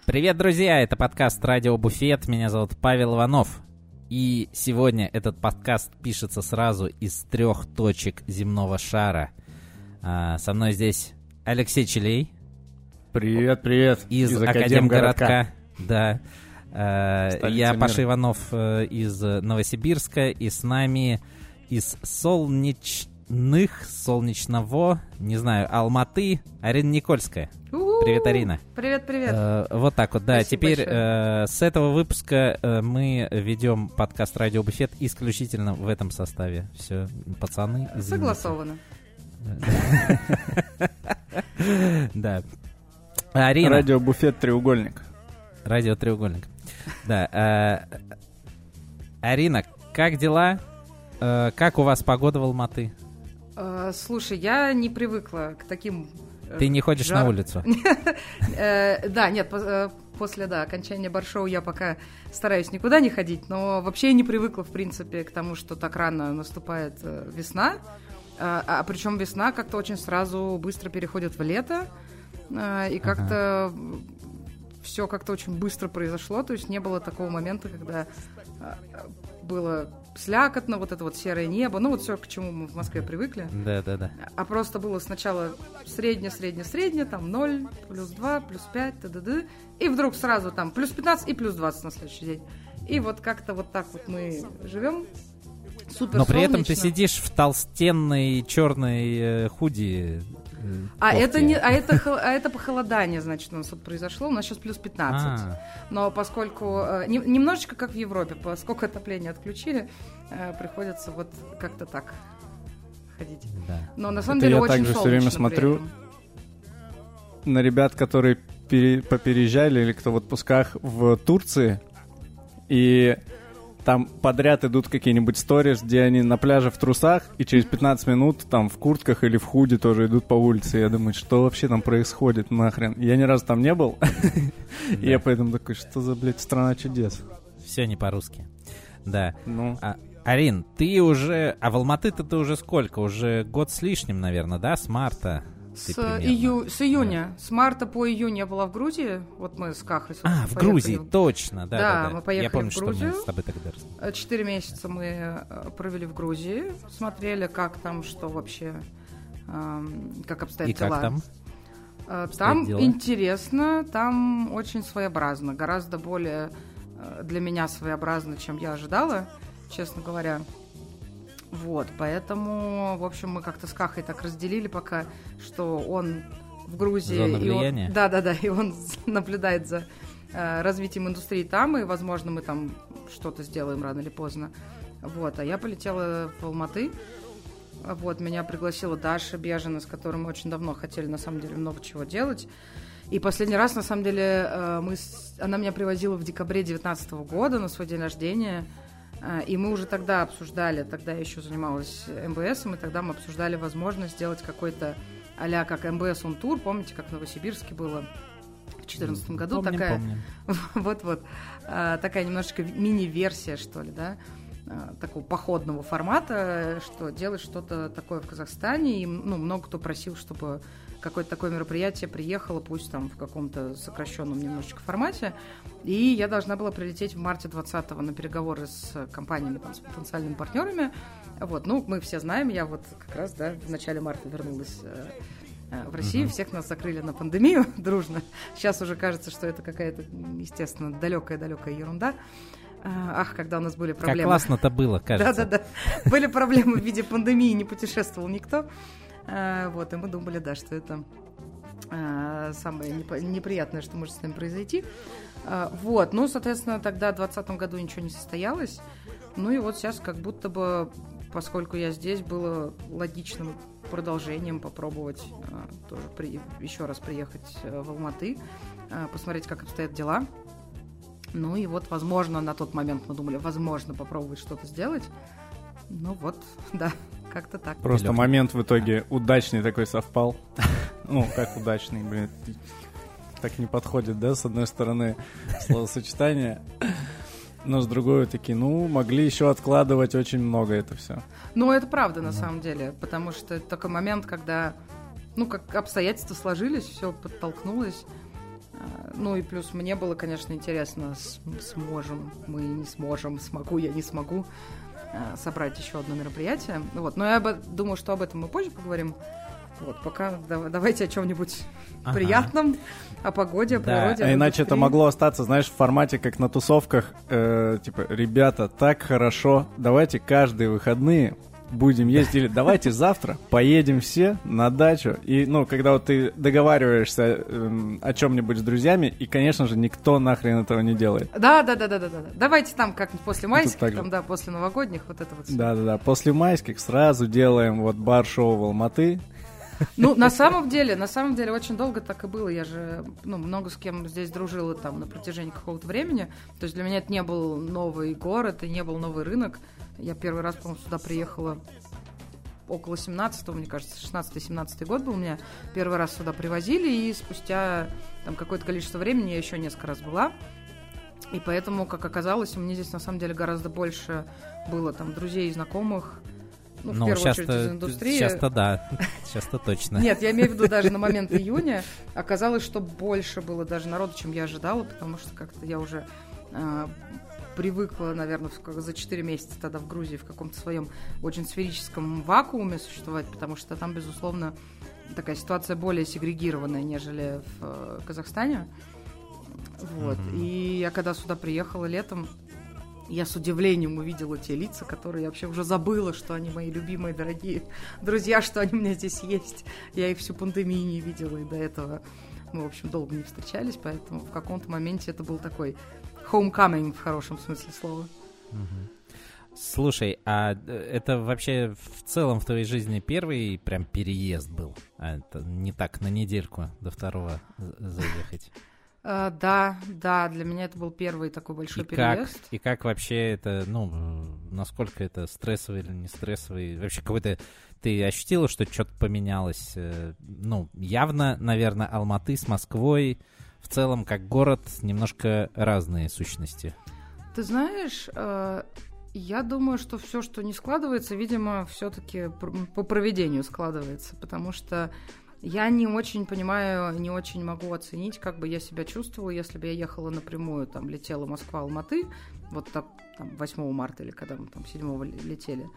Привет, друзья! Это подкаст «Радио Буфет». Меня зовут Павел Иванов. И сегодня этот подкаст пишется сразу из 3 точек земного шара. Со мной здесь Алексей Челей. Привет, привет. Из Академгородка. Да. Я мира. Паша Иванов из Новосибирска. И с нами из солнечного, не знаю, Алматы, Арина Никольская. Привет, Арина. Привет. Вот так вот, да. Спасибо Теперь большое. с этого выпуска мы ведем подкаст «Радио Буфет» исключительно в этом составе. Все, пацаны, извините. Согласовано. Да. Арина. Радио Буфет треугольник. Радио треугольник. Да. Арина, как дела? Как у вас погода в Алматы? Слушай, я не привыкла к таким... Ты не ходишь на улицу? Да, нет, после окончания баршоу я пока стараюсь никуда не ходить, но вообще я не привыкла, в принципе, к тому, что так рано наступает весна. А причем весна как-то очень сразу быстро переходит в лето, и как-то все как-то очень быстро произошло, то есть не было такого момента, когда было слякотно, вот это вот серое небо, ну вот все, к чему мы в Москве привыкли. Да. А просто было сначала среднее, там 0, плюс 2, плюс 5, т.д. И вдруг сразу там плюс 15 и плюс 20 на следующий день. И вот как-то вот так вот мы живем. Супер Но при этом солнечно. ты сидишь в толстенной черной худи. Это похолодание, значит, у нас тут произошло. У нас сейчас плюс 15. Но поскольку... немножечко как в Европе, поскольку отопление отключили, приходится вот как-то так ходить. Да. Но на самом Это деле я очень также солнечно все время при смотрю этом. на ребят, которые попереезжали или кто в отпусках в Турции, и там подряд идут какие-нибудь сторис, где они на пляже в трусах, и через 15 минут там в куртках или в худи тоже идут по улице. Я думаю, что вообще там происходит, нахрен? Я ни разу там не был, и я поэтому такой, что за, блядь, страна чудес? Все не по-русски. Да. Ну, Арин, ты уже... А в Алматы-то ты уже сколько? Уже год с лишним, наверное, да? С марта? С июня. С марта по июнь я была в Грузии. Вот мы с Кахой. В Грузии, точно. Да. Мы поехали я помню, в Грузию. Что мы с тобой тогда рассказали. 4 месяца мы провели в Грузии. Смотрели, как там, что вообще, как обстоят И дела. как там? Там дела? интересно, там очень своеобразно. Гораздо более для меня своеобразно, чем я ожидала, честно говоря. Вот, поэтому, в общем, мы как-то с Кахой так разделили пока, что он в Грузии. Зона влияния? И он наблюдает за развитием индустрии там, и, возможно, мы там что-то сделаем рано или поздно. Вот, а я полетела в Алматы. Вот, меня пригласила Даша Бежина, с которой мы очень давно хотели, на самом деле, много чего делать. И последний раз, на самом деле, она меня привозила в декабре 2019 года на свой день рождения. И мы уже тогда обсуждали, тогда я еще занималась МБСом, и тогда мы обсуждали возможность сделать какой-то а-ля как МБС он тур. Помните, как в Новосибирске было в 2014 году? Помним. Вот-вот. Такая немножечко мини-версия, что ли, да? Такого походного формата, что делать что-то такое в Казахстане. И много кто просил, чтобы какое-то такое мероприятие приехало, пусть там в каком-то сокращенном немножечко формате. И я должна была прилететь в марте 2020-го на переговоры с компаниями, там, с потенциальными партнерами. Вот, мы все знаем, я вот как раз, в начале марта вернулась в Россию, всех нас закрыли на пандемию дружно. Сейчас уже кажется, что это какая-то, естественно, далекая-далекая ерунда. Ах, когда у нас были проблемы. Как классно-то было, кажется. Да. Были проблемы в виде пандемии, не путешествовал никто. Вот, и мы думали, что это самое неприятное, что может с нами произойти. Вот, соответственно, тогда в 2020 году ничего не состоялось. И вот сейчас как будто бы, поскольку я здесь, было логичным продолжением попробовать тоже еще раз приехать в Алматы, посмотреть, как обстоят дела. И вот, возможно, на тот момент мы думали, возможно, попробовать что-то сделать. Как-то так. Просто момент в итоге удачный такой совпал. Как удачный, блин. Так не подходит, да, с одной стороны словосочетание, но с другой такие, могли еще откладывать очень много это все. Это правда на самом деле, потому что это такой момент, когда, как обстоятельства сложились, все подтолкнулось. Ну и плюс мне было, конечно, интересно, сможем мы, не сможем, смогу я, не смогу собрать еще одно мероприятие. Вот. Но я думаю, что об этом мы позже поговорим. Вот, пока давайте о чем-нибудь приятном, о погоде, о природе. А иначе это могло остаться, знаешь, в формате, как на тусовках, типа, ребята, так хорошо, давайте каждые выходные будем ездить, давайте завтра поедем все на дачу. И, ну, когда вот ты договариваешься о чем-нибудь с друзьями, и, конечно же, никто нахрен этого не делает. Да. Давайте там как-нибудь после майских, там, да, после новогодних, вот это вот все. Да. После майских сразу делаем вот бар-шоу в Алматы. Ну, на самом деле, очень долго так и было. Я же, много с кем здесь дружила там на протяжении какого-то времени. То есть для меня это не был новый город и не был новый рынок. Я первый раз, по-моему, сюда приехала около 17-го, мне кажется, 16-17 год был. Меня первый раз сюда привозили, и спустя там какое-то количество времени я еще несколько раз была. И поэтому, как оказалось, у меня здесь на самом деле гораздо больше было там друзей и знакомых. В первую очередь из индустрии. Сейчас-то да, сейчас-то точно. Нет, я имею в виду даже на момент июня. Оказалось, что больше было даже народу, чем я ожидала, потому что как-то я уже привыкла, наверное, за 4 месяца тогда в Грузии в каком-то своем очень сферическом вакууме существовать, потому что там, безусловно, такая ситуация более сегрегированная, нежели в Казахстане. Вот. И я когда сюда приехала летом, я с удивлением увидела те лица, которые я вообще уже забыла, что они мои любимые, дорогие друзья, что они у меня здесь есть. Я их всю пандемию не видела, и до этого мы, в общем, долго не встречались, поэтому в каком-то моменте это был такой homecoming в хорошем смысле слова. Слушай, а это вообще в целом в твоей жизни первый прям переезд был? А это не так на недельку до второго заехать? Да, для меня это был первый такой большой переезд. И как вообще это, насколько это стрессовый или не стрессовый? Вообще какой-то... Ты ощутила, что что-то поменялось? Явно, наверное, Алматы с Москвой в целом как город немножко разные сущности. Ты знаешь, я думаю, что все, что не складывается, видимо, все-таки по проведению складывается, потому что я не очень понимаю, не очень могу оценить, как бы я себя чувствовала, если бы я ехала напрямую, там, летела Москва-Алматы, вот так, там, 8 марта или когда мы там 7 летели.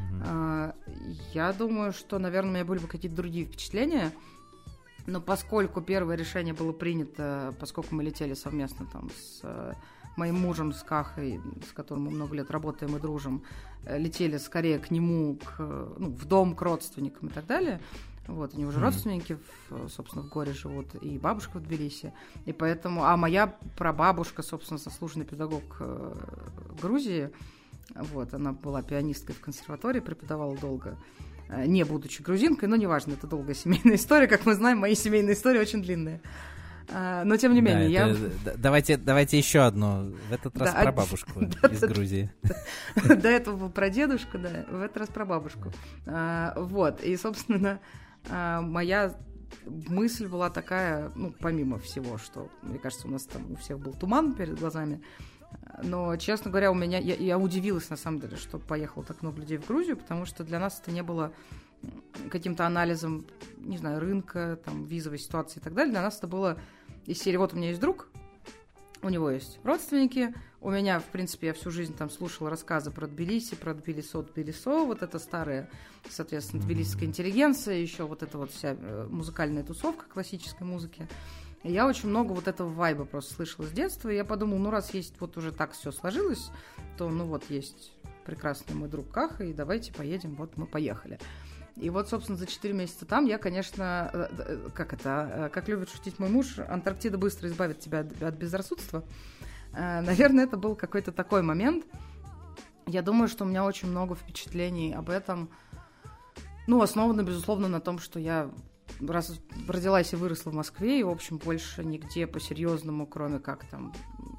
Я думаю, что, наверное, у меня были бы какие-то другие впечатления, но поскольку первое решение было принято, поскольку мы летели совместно там с моим мужем, с Кахой, с которым мы много лет работаем и дружим, летели скорее к нему, в дом, к родственникам и так далее. Вот, у него же родственники, собственно, в Горе живут, и бабушка в Тбилиси. И поэтому... А моя прабабушка, собственно, заслуженный педагог Грузии, вот, она была пианисткой в консерватории, преподавала долго, не будучи грузинкой, но неважно, это долгая семейная история. Как мы знаем, мои семейные истории очень длинные. Но, тем не менее, Давайте еще одну, в этот раз про бабушку из Грузии. До этого был про дедушку, да, в этот раз про бабушку. Вот, и, собственно, моя мысль была такая, помимо всего, что, мне кажется, у нас там у всех был туман перед глазами, но, честно говоря, я удивилась, на самом деле, что поехало так много людей в Грузию, потому что для нас это не было каким-то анализом, не знаю, рынка, там, визовой ситуации и так далее. Для нас это было из серии: вот у меня есть друг, у него есть родственники, у меня, в принципе, я всю жизнь там слушала рассказы про Тбилиси, про Тбилисо, вот это старая, соответственно, тбилисская интеллигенция, еще вот эта вот вся музыкальная тусовка классической музыки. И я очень много вот этого вайба просто слышала с детства, и я подумала, раз есть вот уже так все сложилось, то, есть прекрасный мой друг Каха, и давайте поедем, вот мы поехали. И вот, собственно, за 4 месяца там я, конечно, как любит шутить мой муж, Антарктида быстро избавит тебя от безрассудства. Наверное, это был какой-то такой момент. Я думаю, что у меня очень много впечатлений об этом. Основано, безусловно, на том, что я родилась и выросла в Москве, и, в общем, больше нигде по-серьезному, кроме как там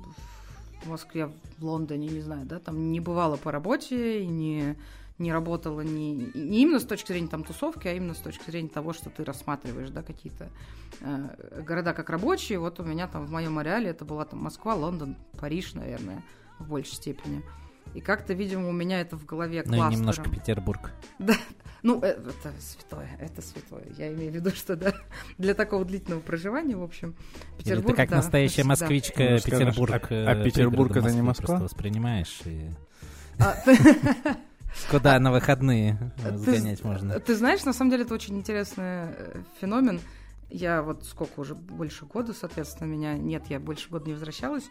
в Москве, в Лондоне, не знаю, да, там не бывала по работе и не работала не именно с точки зрения там тусовки, а именно с точки зрения того, что ты рассматриваешь, да, какие-то города как рабочие. Вот у меня там в моем ареале это была там Москва, Лондон, Париж, наверное, в большей степени. И как-то, видимо, у меня это в голове кластером. И немножко Петербург. Ну, это святое. Я имею в виду, что да, для такого длительного проживания, в общем, Петербург... Или ты как настоящая москвичка Петербург. А Петербург это не Москва? Просто воспринимаешь и... Куда на выходные сгонять можно? Ты знаешь, на самом деле это очень интересный феномен. Я вот сколько уже, больше года, соответственно, я больше года не возвращалась.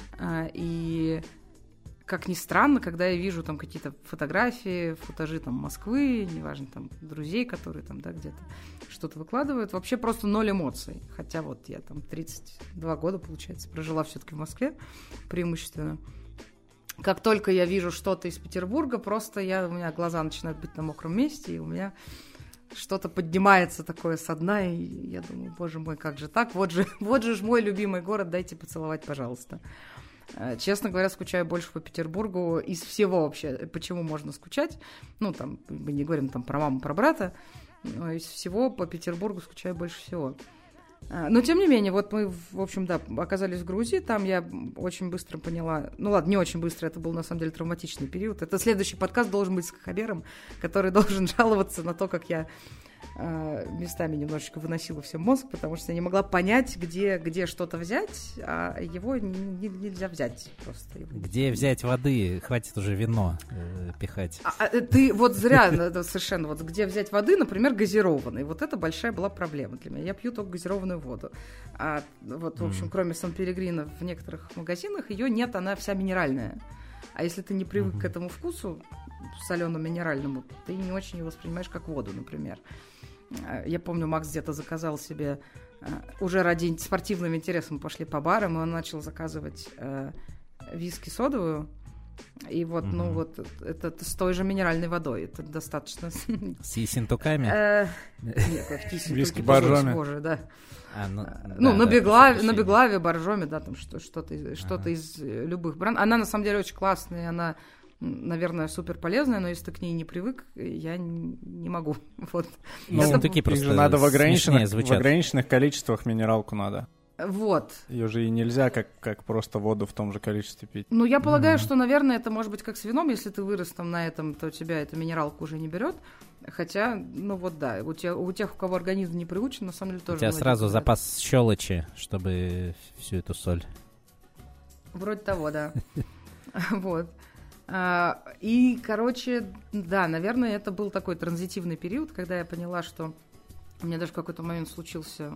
И как ни странно, когда я вижу там какие-то фотографии, футажи там Москвы, неважно, там друзей, которые там, да, где-то что-то выкладывают, вообще просто ноль эмоций. Хотя вот я там 32 года, получается, прожила все-таки в Москве преимущественно. Как только я вижу что-то из Петербурга, просто у меня глаза начинают быть на мокром месте, и у меня что-то поднимается такое со дна, и я думаю, боже мой, как же так? Вот же мой любимый город, дайте поцеловать, пожалуйста. Честно говоря, скучаю больше по Петербургу из всего вообще. Почему можно скучать? Ну, там, мы не говорим там про маму, про брата, но из всего по Петербургу скучаю больше всего. Но, тем не менее, вот мы, в общем, да, оказались в Грузии, там я очень быстро поняла, ну ладно, не очень быстро, это был, на самом деле, травматичный период. Это следующий подкаст должен быть с Хабером, который должен жаловаться на то, как я местами немножечко выносила всем мозг, потому что я не могла понять, где что-то взять, а его нельзя взять просто. Где взять воды? Хватит уже вино пихать. Ты вот зря совершенно, вот где взять воды, например, газированной. Вот это большая была проблема для меня. Я пью только газированную воду. А вот, в общем, кроме Сан-Пелегрино в некоторых магазинах ее нет, она вся минеральная. А если ты не привык к этому вкусу, солено-минеральному, ты не очень ее воспринимаешь как воду, например. Я помню, Макс где-то заказал себе, уже ради спортивным интересом пошли по барам, и он начал заказывать виски содовую. И вот, ну вот, это с той же минеральной водой. Это достаточно... С ессентуками? Нет, виски боржоми. Боже, да. Ну, на Беглаве, боржоме, да, там что-то из любых брендов. Она, на самом деле, очень классная, она... наверное, супер полезная, но если ты к ней не привык, я не могу. Вот. Ну, такие просто надо в ограниченных количествах минералку надо. Вот. Ее же и нельзя как просто воду в том же количестве пить. Ну, я полагаю, что, наверное, это может быть как с вином. Если ты вырос там на этом, то тебя эта минералка уже не берет. Хотя, ну вот да, у тех, у кого организм не приучен, на самом деле тоже... У тебя сразу запас щелочи, чтобы всю эту соль. Вроде того, да. Вот. И, короче, да, наверное, это был такой транзитивный период, когда я поняла, что у меня даже в какой-то момент случился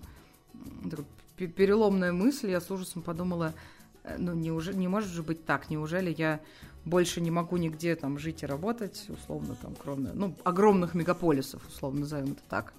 переломная мысль, я с ужасом подумала, ну, не может же быть так, неужели я больше не могу нигде там жить и работать, условно, там, кроме, ну, огромных мегаполисов, условно, назовем это так.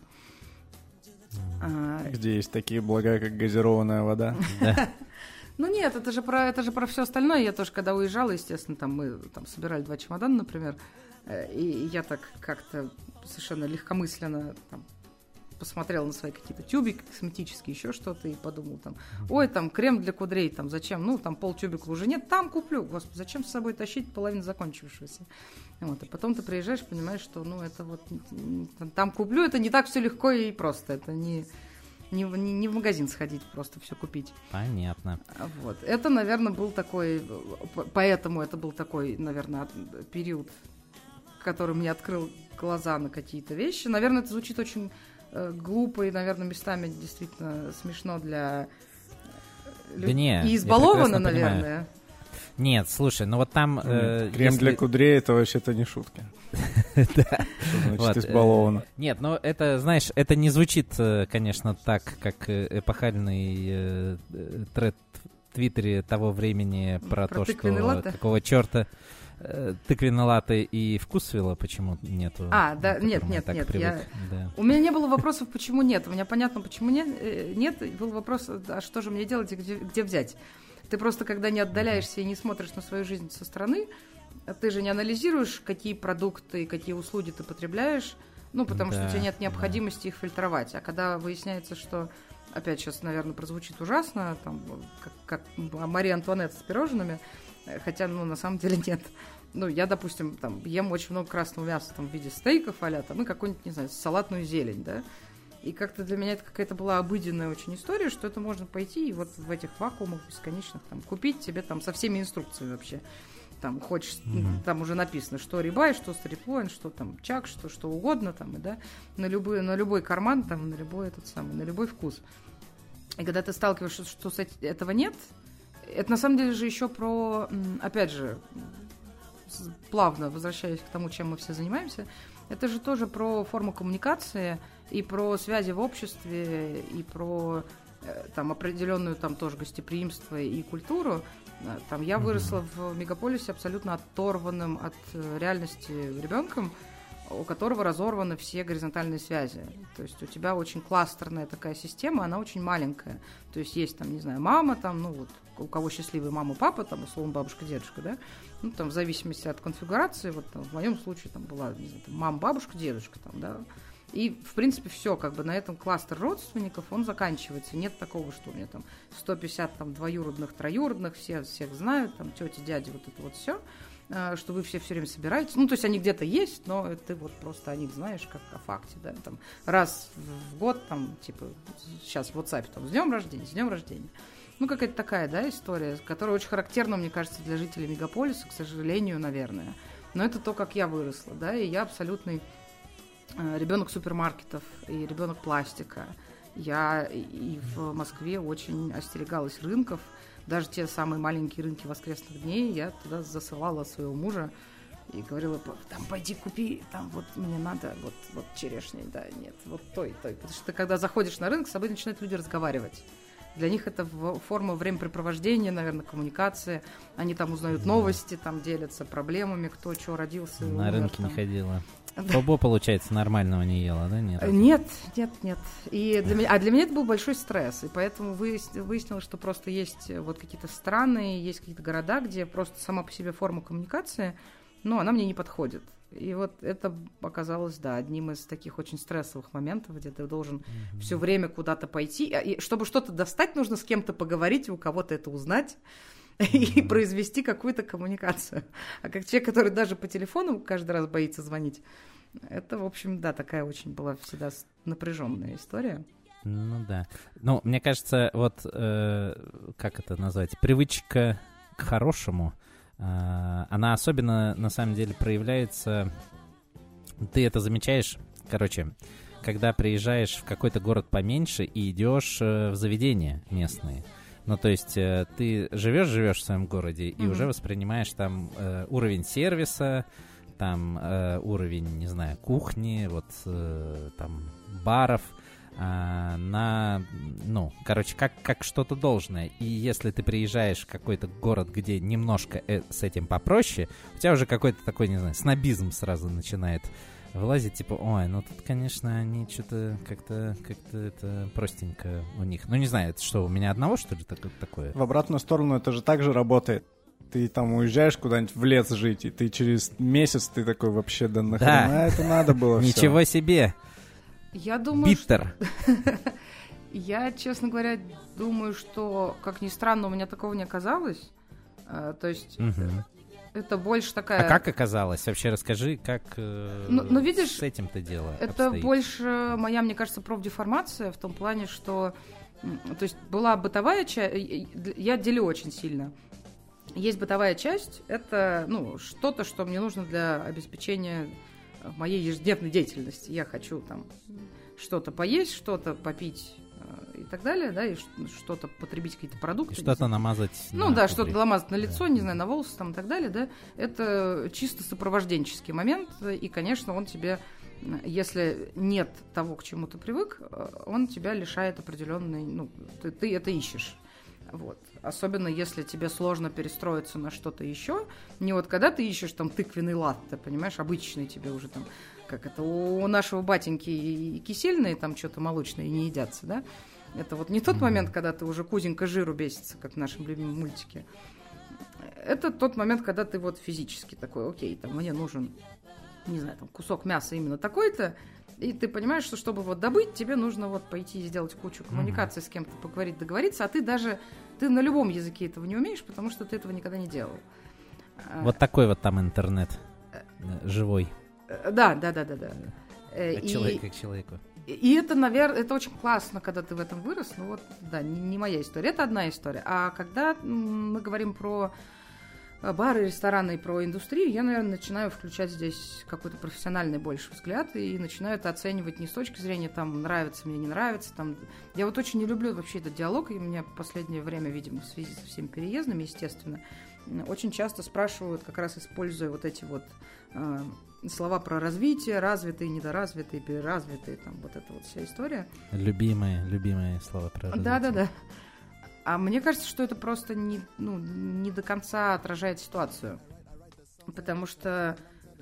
Где есть такие блага, как газированная вода. Ну нет, это же про все остальное. Я тоже, когда уезжала, естественно, там мы там собирали 2 чемодана, например, и я так как-то совершенно легкомысленно там посмотрела на свои какие-то тюбики косметические, еще что-то, и подумала там, ой, там крем для кудрей, там зачем? Ну, там полтюбика уже нет, там куплю. Господи, зачем с собой тащить половину закончившегося? Вот, и потом ты приезжаешь, понимаешь, что, ну, это вот там куплю, это не так все легко и просто, это не в магазин сходить, просто все купить. Понятно. Вот. Это, наверное, был такой... Поэтому это был такой, наверное, период, который мне открыл глаза на какие-то вещи. Наверное, это звучит очень глупо и, наверное, местами действительно смешно для... Да не, и избаловано, наверное. Понимаю. Нет, слушай, ну вот там... Крем для кудрей — это вообще-то не шутка. Да. Значит, избаловано. Нет, ну это, знаешь, это не звучит, конечно, так, как эпохальный тред в Твиттере того времени про то, что какого черта тыквенный латте и вкусвилла почему нету. Да, нет. У меня не было вопросов, почему нет. У меня понятно, почему нет. Был вопрос, а что же мне делать и где взять? Ты просто, когда не отдаляешься и не смотришь на свою жизнь со стороны, ты же не анализируешь, какие продукты и какие услуги ты потребляешь, ну, потому что у тебя нет необходимости их фильтровать. А когда выясняется, что, опять сейчас, наверное, прозвучит ужасно, там, как Мария Антуанетта с пирожными, хотя, ну, на самом деле нет. Ну, я, допустим, там, ем очень много красного мяса там, в виде стейков, а-ля, там, и какую-нибудь, не знаю, салатную зелень, да. И как-то для меня это какая-то была обыденная очень история, что это можно пойти и вот в этих вакуумах бесконечных там купить себе там со всеми инструкциями вообще. там хочешь, там уже написано, что рибай, что стрит-лойн, что там чак, что угодно, там, и, да, на любой карман, там, на любой вкус. И когда ты сталкиваешься, что этого нет, это на самом деле же еще про, опять же, плавно возвращаясь к тому, чем мы все занимаемся, это же тоже про форму коммуникации и про связи в обществе, и про там определенную там тоже гостеприимство и культуру. Там я выросла в мегаполисе абсолютно оторванным от реальности ребенком, у которого разорваны все горизонтальные связи. То есть у тебя очень кластерная такая система, она очень маленькая. То есть есть там, не знаю, мама, там, ну вот, у кого счастливый мама, папа, там, условно, бабушка, дедушка, да, ну, там, в зависимости от конфигурации, вот, там, в моем случае, там, была, не знаю, там, мама, бабушка, дедушка, там, да, и, в принципе, все, как бы, на этом кластер родственников, он заканчивается, нет такого, что у меня, там, 150, там, двоюродных, троюродных, все всех знают, там, тети, дяди, вот это вот все, что вы все время собираетесь, ну, то есть они где-то есть, но ты вот просто о них знаешь, как о факте, да, там, раз в год, там, типа, сейчас в WhatsApp, там, с днем рождения, ну, какая-то такая, да, история, которая очень характерна, мне кажется, для жителей мегаполиса, к сожалению, наверное. Но это то, как я выросла, да, и я абсолютный ребенок супермаркетов и ребенок пластика. Я и в Москве очень остерегалась рынков, даже те самые маленькие рынки воскресных дней, я туда засылала своего мужа и говорила, там, пойди купи, там, вот мне надо, вот черешней, да, нет, вот той. Потому что когда заходишь на рынок, с собой начинают люди разговаривать. Для них это форма времяпрепровождения, наверное, коммуникации. Они там узнают новости, там делятся проблемами, кто что родился. На рынке не ходила. Бобо, получается, нормального не ела, да? Нет. И для меня это был большой стресс. И поэтому выяснилось, что просто есть вот какие-то страны, есть какие-то города, где просто сама по себе форма коммуникации, но она мне не подходит. И вот это оказалось, да, одним из таких очень стрессовых моментов, где ты должен все время куда-то пойти. И чтобы что-то достать, нужно с кем-то поговорить, у кого-то это узнать и произвести какую-то коммуникацию. А как человек, который даже по телефону каждый раз боится звонить, это, в общем, да, такая очень была всегда напряженная история. Ну да. Ну, мне кажется, вот, как это назвать, привычка к хорошему, она особенно, на самом деле, проявляется, ты это замечаешь, короче, когда приезжаешь в какой-то город поменьше и идешь в заведения местные. Ну, то есть ты живешь в своем городе и уже воспринимаешь там уровень сервиса, там уровень, не знаю, кухни, вот там баров, как что-то должное. И если ты приезжаешь в какой-то город, где немножко с этим попроще, у тебя уже какой-то такой, не знаю, снобизм сразу начинает вылазить, типа, ой, ну тут, конечно, они что-то как-то это простенько у них. Ну, не знаю, это что, у меня одного, что ли, такое? В обратную сторону это же так же работает. Ты там уезжаешь куда-нибудь в лес жить, и ты через месяц ты такой вообще, да нахрена это надо было все? Ничего себе! Я думаю, Биттер. Я, честно говоря, думаю, что, как ни странно, у меня такого не оказалось. То есть это больше такая... А как оказалось? Вообще расскажи, как видишь, с этим-то дело это обстоит. Больше моя, мне кажется, профдеформация в том плане, что... То есть была бытовая часть... Я делю очень сильно. Есть бытовая часть, это что-то, что мне нужно для обеспечения моей ежедневной деятельности. Я хочу там что-то поесть, что-то попить и так далее, да, и что-то потребить, какие-то продукты. Что-то намазать. Что-то намазать на лицо, не знаю, на волосы там и так далее, да. Это чисто сопровожденческий момент, и, конечно, он тебе, если нет того, к чему ты привык, он тебя лишает определенной, ты это ищешь. Вот. Особенно если тебе сложно перестроиться на что-то еще. Не вот когда ты ищешь там тыквенный латте, понимаешь, обычный тебе уже там, как это, у нашего батеньки и кисельные там что-то молочное не едятся, да? Это вот не тот момент, когда ты уже кузенька жиру бесится, как в нашем любимом мультике. Это тот момент, когда ты вот физически такой, окей, там мне нужен, не знаю, там кусок мяса именно такой-то, и ты понимаешь, что чтобы вот добыть, тебе нужно вот пойти и сделать кучу коммуникаций, с кем-то поговорить, договориться, а ты на любом языке этого не умеешь, потому что ты этого никогда не делал. Вот такой вот там интернет живой. Да. Человек к человеку. И это, наверное, это очень классно, когда ты в этом вырос. Ну вот, да, не моя история. Это одна история. А когда мы говорим про бары, рестораны и про индустрию, я, наверное, начинаю включать здесь какой-то профессиональный больше взгляд и начинаю это оценивать не с точки зрения, там, нравится мне, не нравится. Там. Я вот очень не люблю вообще этот диалог, и меня в последнее время, видимо, в связи со всеми переездами, естественно, очень часто спрашивают, как раз используя вот эти вот слова про развитие, развитые, недоразвитые, переразвитые, там, вот эта вот вся история. Любимые слова про развитие. Да-да-да. А мне кажется, что это просто не до конца отражает ситуацию. Потому что,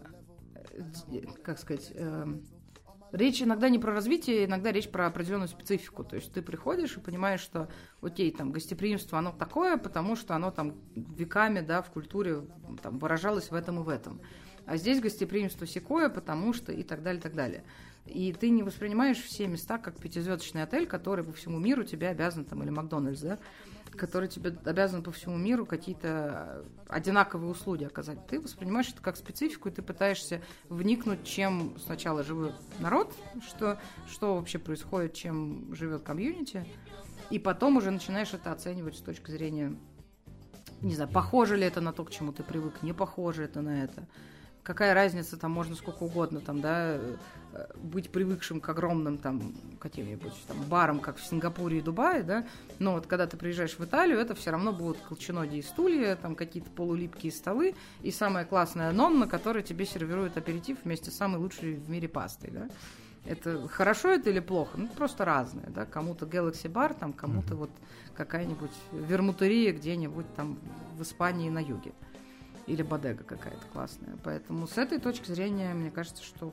как сказать, речь иногда не про развитие, иногда речь про определенную специфику. То есть ты приходишь и понимаешь, что, окей, там, гостеприимство, оно такое, потому что оно там веками, да, в культуре там, выражалось в этом и в этом. А здесь гостеприимство сякое, потому что и так далее, и так далее. И ты не воспринимаешь все места как пятизвездочный отель, который по всему миру тебе обязан, там, или Макдональдс, да, который тебе обязан по всему миру какие-то одинаковые услуги оказать. Ты воспринимаешь это как специфику, и ты пытаешься вникнуть, чем сначала живет народ, что вообще происходит, чем живет комьюнити, и потом уже начинаешь это оценивать с точки зрения, не знаю, похоже ли это на то, к чему ты привык, не похоже это на это. Какая разница, там можно сколько угодно, там, да, быть привыкшим к огромным там каким-нибудь там барам, как в Сингапуре и Дубае, да, но вот когда ты приезжаешь в Италию, это все равно будут колченогие стулья, там какие-то полулипкие столы и самая классная нонна, которая тебе сервирует аперитив вместе с самой лучшей в мире пастой, да. Это хорошо это или плохо? Ну, просто разное, да, кому-то Galaxy бар, там, кому-то вот какая-нибудь вермутерия где-нибудь там в Испании на юге. Или бодега какая-то классная. Поэтому с этой точки зрения, мне кажется, что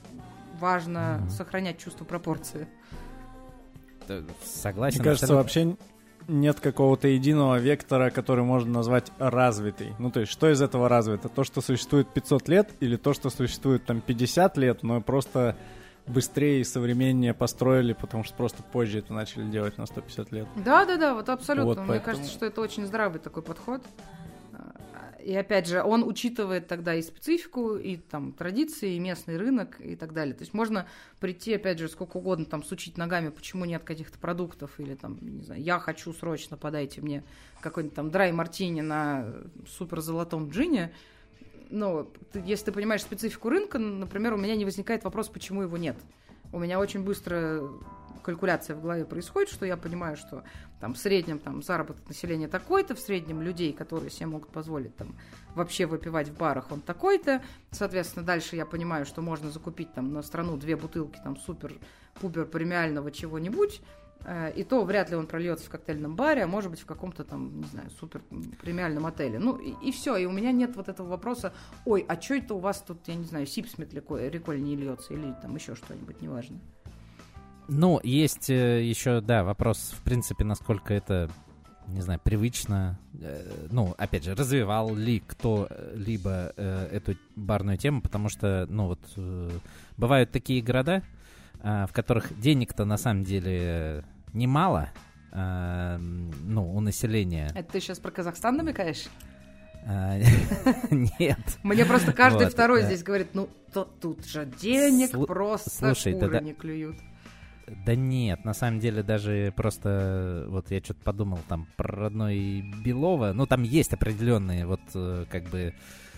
важно сохранять чувство пропорции. Согласен. Мне кажется, вообще нет какого-то единого вектора, который можно назвать развитый. Ну, то есть, что из этого развито? То, что существует 500 лет, или то, что существует там 50 лет, но просто быстрее и современнее построили, потому что просто позже это начали делать на 150 лет. Да, вот абсолютно. Вот, Мне поэтому... кажется, что это очень здравый такой подход. И опять же, он учитывает тогда и специфику, и там традиции, и местный рынок, и так далее. То есть можно прийти, опять же, сколько угодно там сучить ногами, почему нет каких-то продуктов, или там, не знаю, я хочу срочно, подайте мне какой-нибудь там драй-мартини на супер-золотом джине. Но если ты понимаешь специфику рынка, например, у меня не возникает вопрос, почему его нет. У меня очень быстро калькуляция в голове происходит, что я понимаю, что там в среднем там заработок населения такой-то, в среднем людей, которые себе могут позволить там вообще выпивать в барах, он такой-то. Соответственно, дальше я понимаю, что можно закупить там на страну 2 бутылки там супер-пупер премиального чего-нибудь, и то вряд ли он прольется в коктейльном баре, а может быть в каком-то там, не знаю, супер премиальном отеле. Ну и все, и у меня нет вот этого вопроса, ой, а что это у вас тут, я не знаю, сипсмит реколь не льется или там еще что-нибудь, неважно. Ну, есть еще, да, вопрос, в принципе, насколько это, не знаю, привычно. Ну, опять же, развивал ли кто-либо эту барную тему, потому что, ну, вот, бывают такие города, в которых денег-то на самом деле немало, ну, у населения. Это ты сейчас про Казахстан намекаешь? Нет. Мне просто каждый второй здесь говорит, ну, тут же денег просто куры не клюют. Да нет, на самом деле даже просто, вот я что-то подумал там про родной Белова, ну там есть определенные вот как бы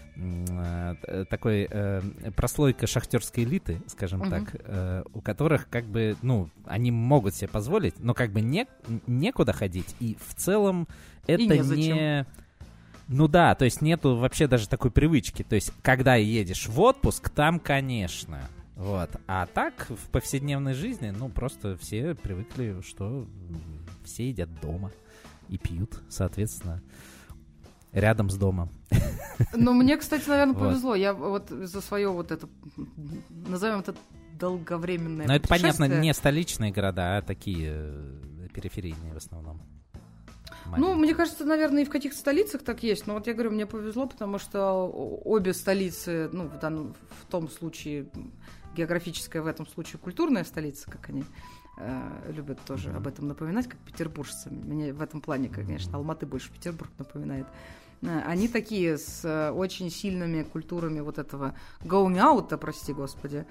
такой прослойка шахтерской элиты, скажем так, у которых как бы, ну, они могут себе позволить, но как бы некуда ходить, и в целом это не... Ну да, то есть нету вообще даже такой привычки, то есть когда едешь в отпуск, там, конечно... Вот. А так, в повседневной жизни, ну, просто все привыкли, что все едят дома и пьют, соответственно, рядом с домом. Ну, мне, кстати, наверное, повезло. Я вот за свое вот это, назовем это долговременное Но это, понятно, не столичные города, а такие периферийные в основном. Ну, мне кажется, наверное, и в каких-то столицах так есть. Но вот я говорю, мне повезло, потому что обе столицы, ну, в том случае... географическая, в этом случае культурная столица, как они любят тоже об этом напоминать, как петербуржцы. Мне в этом плане, конечно, Алматы больше Петербург напоминает. Они такие с очень сильными культурами вот этого going out, прости господи.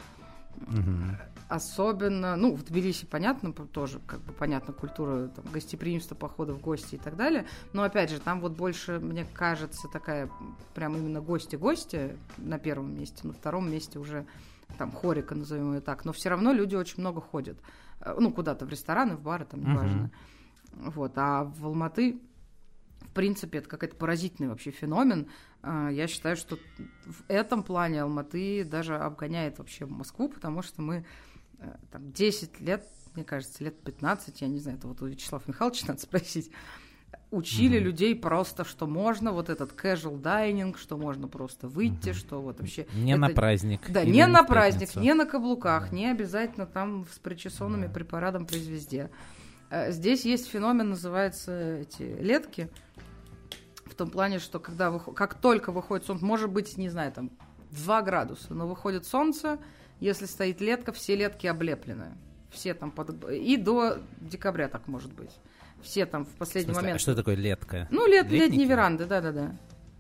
Особенно, ну, в Тбилиси, понятно, тоже, как бы, понятно, культура там, гостеприимства, похода в гости и так далее, но, опять же, там вот больше, мне кажется, такая прям именно гости-гости на первом месте, на втором месте уже там хорика, назовем ее так, но все равно люди очень много ходят, ну, куда-то в рестораны, в бары, там, неважно. Вот, а в Алматы, в принципе, это какой-то поразительный вообще феномен. Я считаю, что в этом плане Алматы даже обгоняет вообще Москву, потому что мы там 10 лет, мне кажется, лет 15, я не знаю, это вот у Вячеслава Михайловича надо спросить, учили людей просто, что можно, вот этот casual dining, что можно просто выйти, что вот вообще... Не на праздник. Да, не на праздник, не на каблуках, не обязательно там с причесонами при парадом при звезде. Здесь есть феномен, называется эти летки, в том плане, что когда как только выходит солнце, может быть, не знаю, там 2 градуса, но выходит солнце, если стоит летка, все летки облеплены. Все там и до декабря так может быть. Все там в последний момент... А что такое летка? Ну, летние веранды, да-да-да.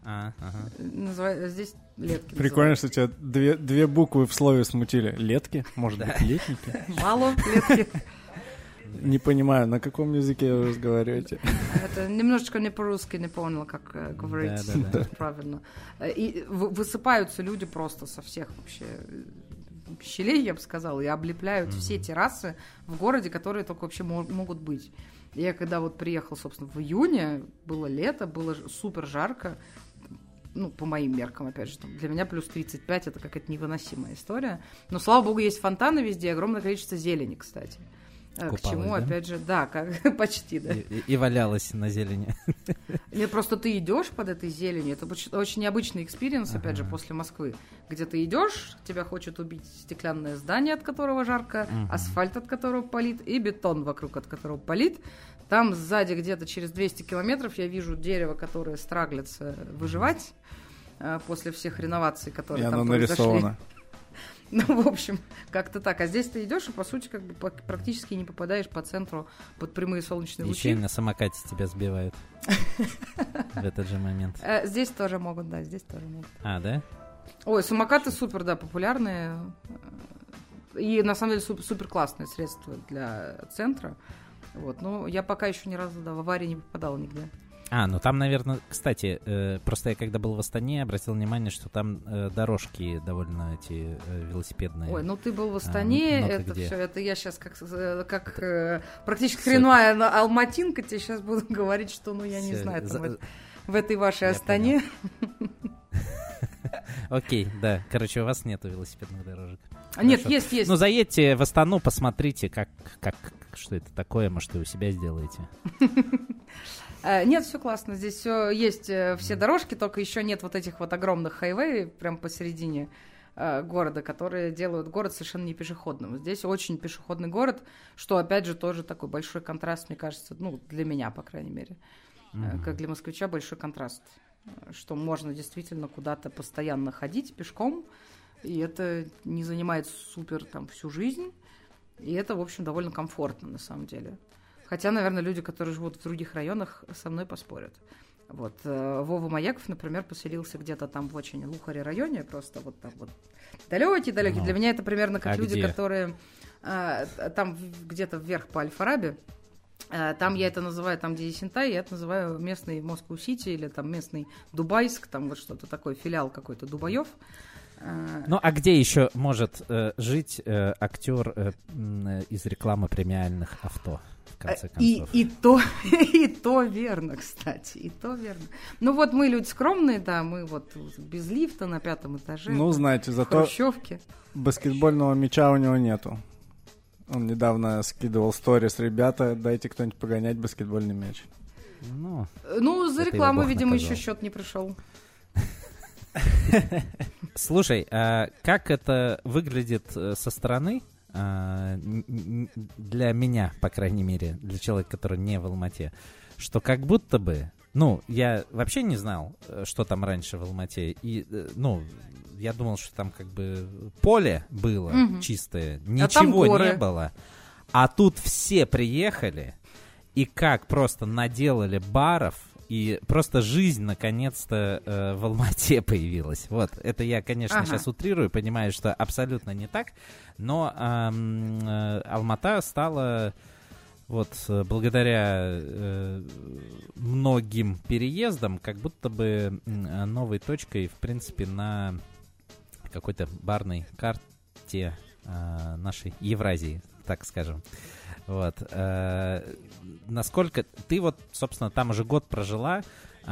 Ага. Здесь летки. Прикольно, что тебя две буквы в слове смутили. Летки? Может быть, летники? Мало летки. Не понимаю, на каком языке вы разговариваете? Это немножечко не по-русски, не понял, как говорить правильно. И высыпаются люди просто со всех вообще щелей, я бы сказала, и облепляют все террасы в городе, которые только вообще могут быть. Я когда вот приехала, собственно, в июне, было лето, было супер жарко, ну, по моим меркам, опять же, там, для меня плюс 35 это какая-то невыносимая история. Но, слава богу, есть фонтаны везде, огромное количество зелени, кстати. Купалась, к чему, да? Опять же, да, почти, да. И валялась на зелени. Нет, просто ты идешь под этой зеленью, это очень необычный экспириенс, опять же, после Москвы, где ты идешь, тебя хочет убить стеклянное здание, от которого жарко, асфальт, от которого палит, и бетон вокруг, от которого палит. Там сзади где-то через 200 километров я вижу дерево, которое страглится выживать после всех реноваций, которые и там оно произошли. нарисовано. Ну, в общем, как-то так. А здесь ты идешь и, по сути, как бы практически не попадаешь по центру под прямые солнечные лучи. Еще и на самокате тебя сбивают в этот же момент. Здесь тоже могут, да, здесь тоже могут. А, да? Ой, самокаты супер, да, популярные. И, на самом деле, супер классное средство для центра. Вот, но я пока еще ни разу, да, в аварии не попадала нигде. Ну там, наверное, кстати, просто я когда был в Астане, обратил внимание, что там дорожки довольно эти велосипедные. Ой, ну ты был в Астане, это где? все, это я сейчас как практически коренная алматинка, тебе сейчас буду говорить, что, ну, я не знаю, там, в этой вашей Астане. Окей, да, короче, у вас нету велосипедных дорожек. Нет, есть. Ну, заедьте в Астану, посмотрите, что это такое, может, и у себя сделаете. Нет, все классно. Здесь все есть, все дорожки, только еще нет вот этих вот огромных хайвей прям посередине города, которые делают город совершенно не пешеходным. Здесь очень пешеходный город, что, опять же, тоже такой большой контраст, мне кажется, ну, для меня, по крайней мере, как для москвича, большой контраст, что можно действительно куда-то постоянно ходить пешком, и это не занимает супер там всю жизнь, и это, в общем, довольно комфортно на самом деле. Хотя, наверное, люди, которые живут в других районах, со мной поспорят. Вот. Вова Маяков, например, поселился где-то там в очень Лухаре районе, просто вот там вот далекий-далекий. Ну, для меня это примерно как люди, где? которые там где-то вверх по Аль-Фараби. Там я это называю, там, где Есентай, я это называю местный Москва-Сити или там местный Дубайск, там вот что-то такое, филиал какой-то Дубаев. Ну, а где еще может жить актер из рекламы премиальных авто? В конце концов. И то верно, кстати, и то верно. Ну вот мы люди скромные, да, мы вот без лифта на 5-м этаже. Ну, знаете, зато хрущевки. Баскетбольного мяча у него нету. Он недавно скидывал сторис: ребята, дайте кто-нибудь погонять баскетбольный мяч. Ну за рекламу, видимо, еще счет не пришел. Слушай, а как это выглядит со стороны? Для меня, по крайней мере, для человека, который не в Алмате, что как будто бы, ну, я вообще не знал, что там раньше в Алмате, и, ну, я думал, что там как бы поле было чистое, ничего не было, а тут все приехали, и как просто наделали баров, и просто жизнь наконец-то в Алма-Ате появилась. Вот, это я, конечно, сейчас утрирую, понимаю, что абсолютно не так, но Алма-Ата стала вот благодаря многим переездам как будто бы новой точкой, в принципе, на какой-то барной карте нашей Евразии, так скажем. Вот. Насколько ты вот, собственно, там уже год прожила,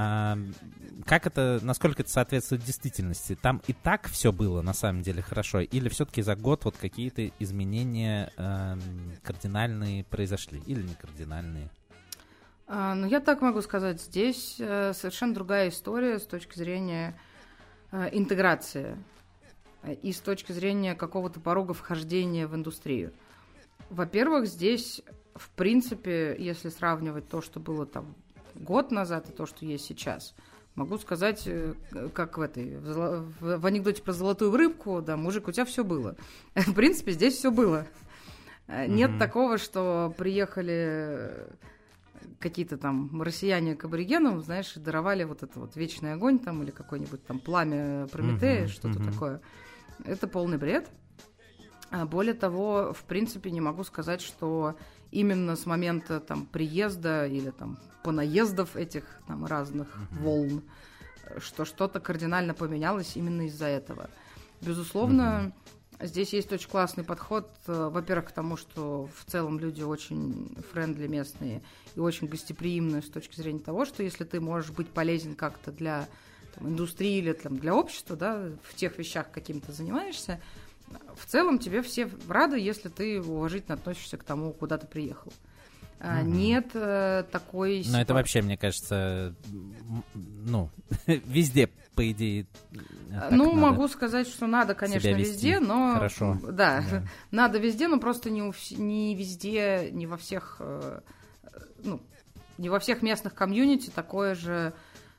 как это, насколько это соответствует действительности? Там и так все было на самом деле хорошо, или все-таки за год вот какие-то изменения кардинальные произошли, или не кардинальные? Ну, я так могу сказать, здесь совершенно другая история с точки зрения интеграции и с точки зрения какого-то порога вхождения в индустрию. Во-первых, здесь, в принципе, если сравнивать то, что было там год назад и то, что есть сейчас, могу сказать, как в анекдоте про золотую рыбку, да, мужик, у тебя все было. В принципе, здесь все было. Нет такого, что приехали какие-то там россияне к аборигенам, знаешь, и даровали вот это вот вечный огонь там или какое-нибудь там пламя Прометея, что-то такое. Это полный бред. Более того, в принципе, не могу сказать, что именно с момента там приезда или там понаездов этих там разных волн, что что-то кардинально поменялось именно из-за этого. Безусловно, здесь есть очень классный подход, во-первых, к тому, что в целом люди очень френдли местные и очень гостеприимные с точки зрения того, что если ты можешь быть полезен как-то для там, индустрии или там, для общества, да, в тех вещах, какими ты занимаешься, в целом тебе все рады, если ты уважительно относишься к тому, куда ты приехал. Нет такой... Но это вообще, мне кажется, ну, везде, по идее, ну, могу сказать, что надо, конечно, везде, но... Хорошо. Да, надо везде, но просто не везде, не во всех... Ну, не во всех местных комьюнити такое же...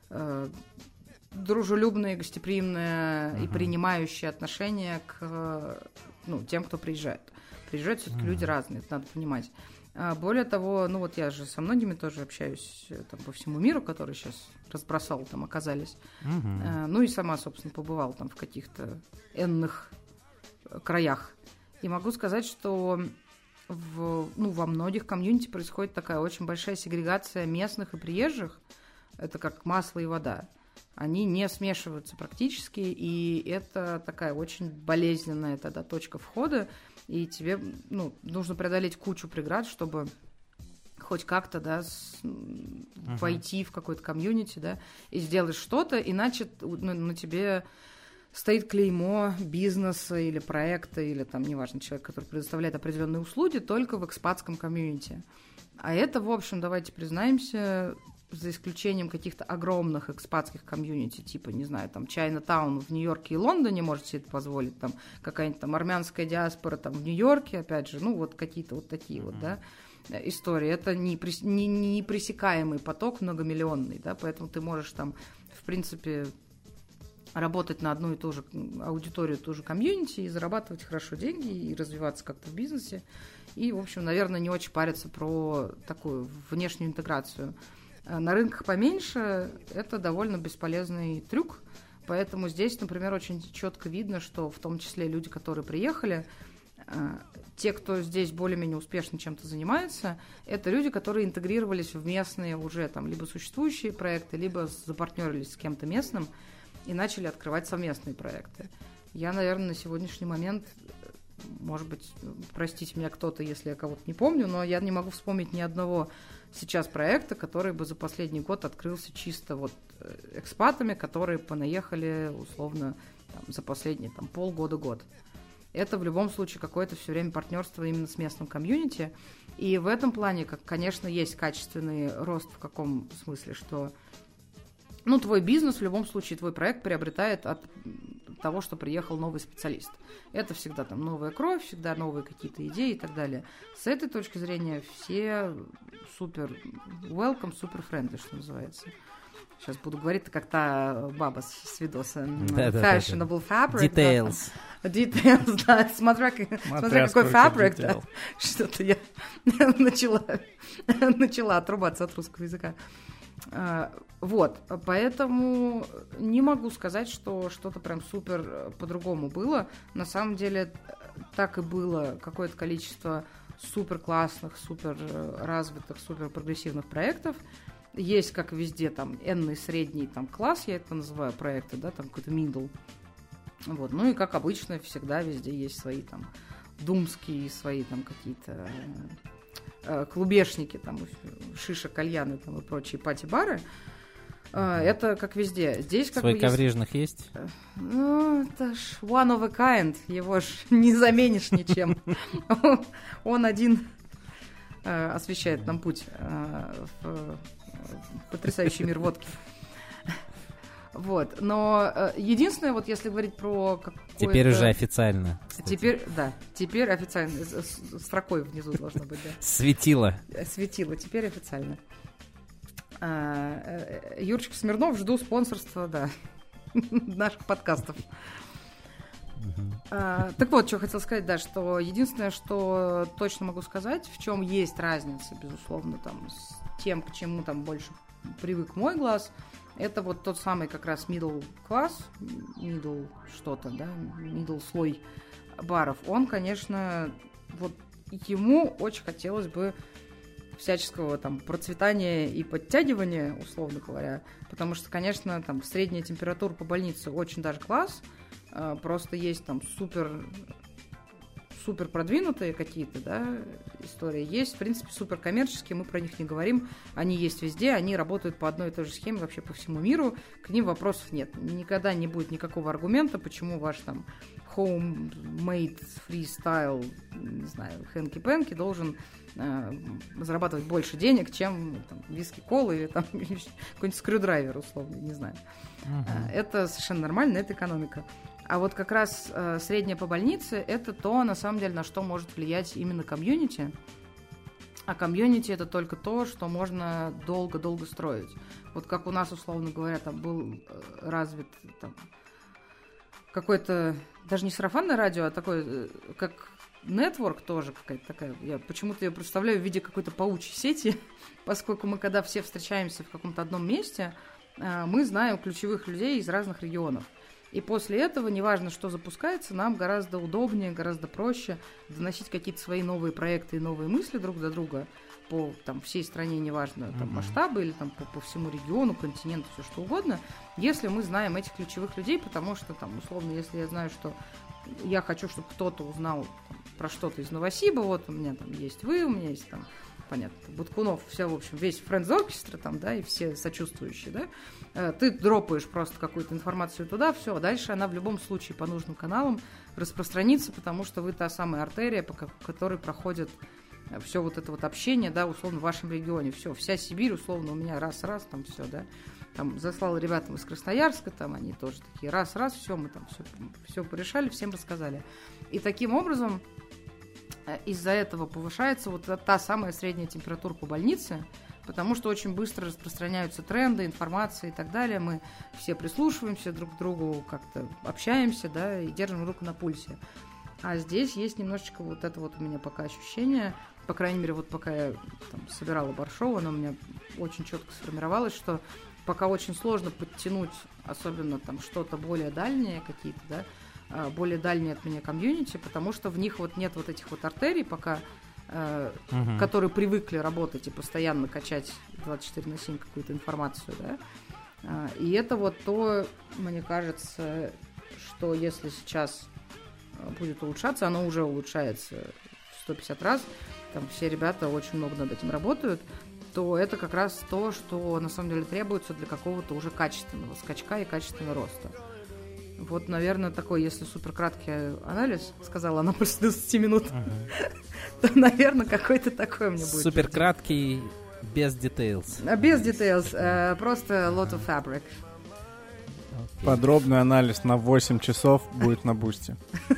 дружелюбное, гостеприимное и принимающее отношение к тем, кто приезжает. Приезжают все-таки люди разные, это надо понимать. Более того, ну вот я же со многими тоже общаюсь там, по всему миру, которые сейчас разбросал, там оказались. Ну и сама, собственно, побывала там в каких-то энных краях. И могу сказать, что во многих комьюнити происходит такая очень большая сегрегация местных и приезжих. Это как масло и вода. Они не смешиваются практически, и это такая очень болезненная тогда точка входа, и тебе нужно преодолеть кучу преград, чтобы хоть как-то, да, войти в какой-то комьюнити, да, и сделать что-то, иначе на тебе стоит клеймо бизнеса или проекта, или там, неважно, человек, который предоставляет определенные услуги только в экспатском комьюнити. А это, в общем, давайте признаемся, за исключением каких-то огромных экспатских комьюнити, типа, не знаю, там, Чайна-таун в Нью-Йорке и Лондоне может себе это позволить, там, какая-нибудь там армянская диаспора там в Нью-Йорке, опять же, ну, вот какие-то вот такие вот, да, истории. Это непресекаемый поток многомиллионный, да, поэтому ты можешь там, в принципе, работать на одну и ту же аудиторию, ту же комьюнити и зарабатывать хорошо деньги и развиваться как-то в бизнесе. И, в общем, наверное, не очень париться про такую внешнюю интеграцию. На рынках поменьше это довольно бесполезный трюк, поэтому здесь, например, очень четко видно, что в том числе люди, которые приехали, те, кто здесь более-менее успешно чем-то занимается, это люди, которые интегрировались в местные уже там либо существующие проекты, либо запартнерились с кем-то местным и начали открывать совместные проекты. Я, наверное, на сегодняшний момент, может быть, простите меня кто-то, если я кого-то не помню, но я не могу вспомнить ни одного сейчас проекта, который бы за последний год открылся чисто вот экспатами, которые понаехали условно там, за последние там, полгода-год. Это в любом случае какое-то все время партнерство именно с местным комьюнити. И в этом плане, конечно, есть качественный рост в каком смысле, что твой бизнес, в любом случае, твой проект приобретает от того, что приехал новый специалист. Это всегда там новая кровь, всегда новые какие-то идеи и так далее. С этой точки зрения все супер welcome, супер friendly, что называется. Сейчас буду говорить как та баба с видоса. Fashionable fabric. Details. Да. Details, да. Смотря какой фабрик, да. Что-то я начала отрубаться от русского языка. Вот, поэтому не могу сказать, что что-то прям супер по-другому было. На самом деле так и было какое-то количество супер классных, супер развитых, супер прогрессивных проектов. Есть, как везде, там, энный средний там, класс, я это называю, проекты, да, там какой-то middle. Вот. Ну и, как обычно, всегда везде есть свои там думские, свои там какие-то клубешники, там, шиша, кальяны там, и прочие пати-бары. Это как везде. Здесь как Свой бы коврижных есть? Ну, это ж one of a kind. Его ж не заменишь ничем. Он один освещает нам путь в потрясающий мир водки. Вот. Но единственное, вот если говорить про какое-то... Теперь уже официально. Теперь, да, теперь официально. С строкой внизу должно быть, да. Светило. Светило, теперь официально. Юрчик Смирнов, жду спонсорства, да, наших подкастов. Так вот, что хотел сказать, да, что единственное, что точно могу сказать, в чем есть разница, безусловно, там, с тем, к чему там больше привык мой глаз, это вот тот самый как раз middle класс, middle что-то, да, middle слой баров. Он, конечно, вот ему очень хотелось бы всяческого там процветания и подтягивания, условно говоря, потому что, конечно, там средняя температура по больнице очень даже класс, просто есть там супер продвинутые какие-то, да, истории, есть, в принципе, супер коммерческие, мы про них не говорим, они есть везде, они работают по одной и той же схеме вообще по всему миру, к ним вопросов нет, никогда не будет никакого аргумента, почему ваш там homemade freestyle, не знаю, хэнки-пэнки должен зарабатывать больше денег, чем там, виски-кола или там какой-нибудь скрюдрайвер, условно, не знаю. Это совершенно нормально, это экономика. А вот как раз средняя по больнице – это то, на самом деле, на что может влиять именно комьюнити. А комьюнити – это только то, что можно долго-долго строить. Вот как у нас, условно говоря, там был развит там, какой-то, даже не сарафанное радио, а такой, как нетворк тоже какая-то такая. Я почему-то ее представляю в виде какой-то паучьей сети, поскольку мы, когда все встречаемся в каком-то одном месте, мы знаем ключевых людей из разных регионов. И после этого, неважно, что запускается, нам гораздо удобнее, гораздо проще доносить какие-то свои новые проекты и новые мысли друг до друга по там, всей стране, неважно, там, масштабы или там, по всему региону, континенту, все что угодно, если мы знаем этих ключевых людей, потому что, там, условно, если я знаю, что я хочу, чтобы кто-то узнал там, про что-то из Новосиба, вот у меня там есть вы, у меня есть там, понятно, Будкунов, все, в общем, весь Friends Orchestra там, да, и все сочувствующие, да, ты дропаешь просто какую-то информацию туда, все, а дальше она в любом случае по нужным каналам распространится, потому что вы та самая артерия, по которой проходит все вот это вот общение, да, условно, в вашем регионе, все, вся Сибирь, условно, у меня раз-раз, там все, да, там заслал ребятам из Красноярска, там они тоже такие раз-раз, все, мы там все порешали, всем рассказали. И таким образом из-за этого повышается вот та самая средняя температура по больнице, потому что очень быстро распространяются тренды, информация и так далее. Мы все прислушиваемся друг к другу, как-то общаемся, да, и держим руку на пульсе. А здесь есть немножечко вот это вот у меня пока ощущение, по крайней мере, вот пока я там собирала баршоу, оно у меня очень четко сформировалось, что пока очень сложно подтянуть, особенно там что-то более дальнее какие-то, да, более дальние от меня комьюнити, потому что в них вот нет вот этих вот артерий пока, которые привыкли работать и постоянно качать 24/7 какую-то информацию, да. И это вот то, мне кажется, что если сейчас будет улучшаться, оно уже улучшается в 150 раз, там все ребята очень много над этим работают, то это как раз то, что на самом деле требуется для какого-то уже качественного скачка и качественного роста. Вот, наверное, такой, если супер краткий анализ, сказала она после 20 минут, то, наверное, какой-то такой мне будет. Супер краткий, без details. Без details, просто lot of fabric. Подробный анализ на 8 часов будет на Бусти.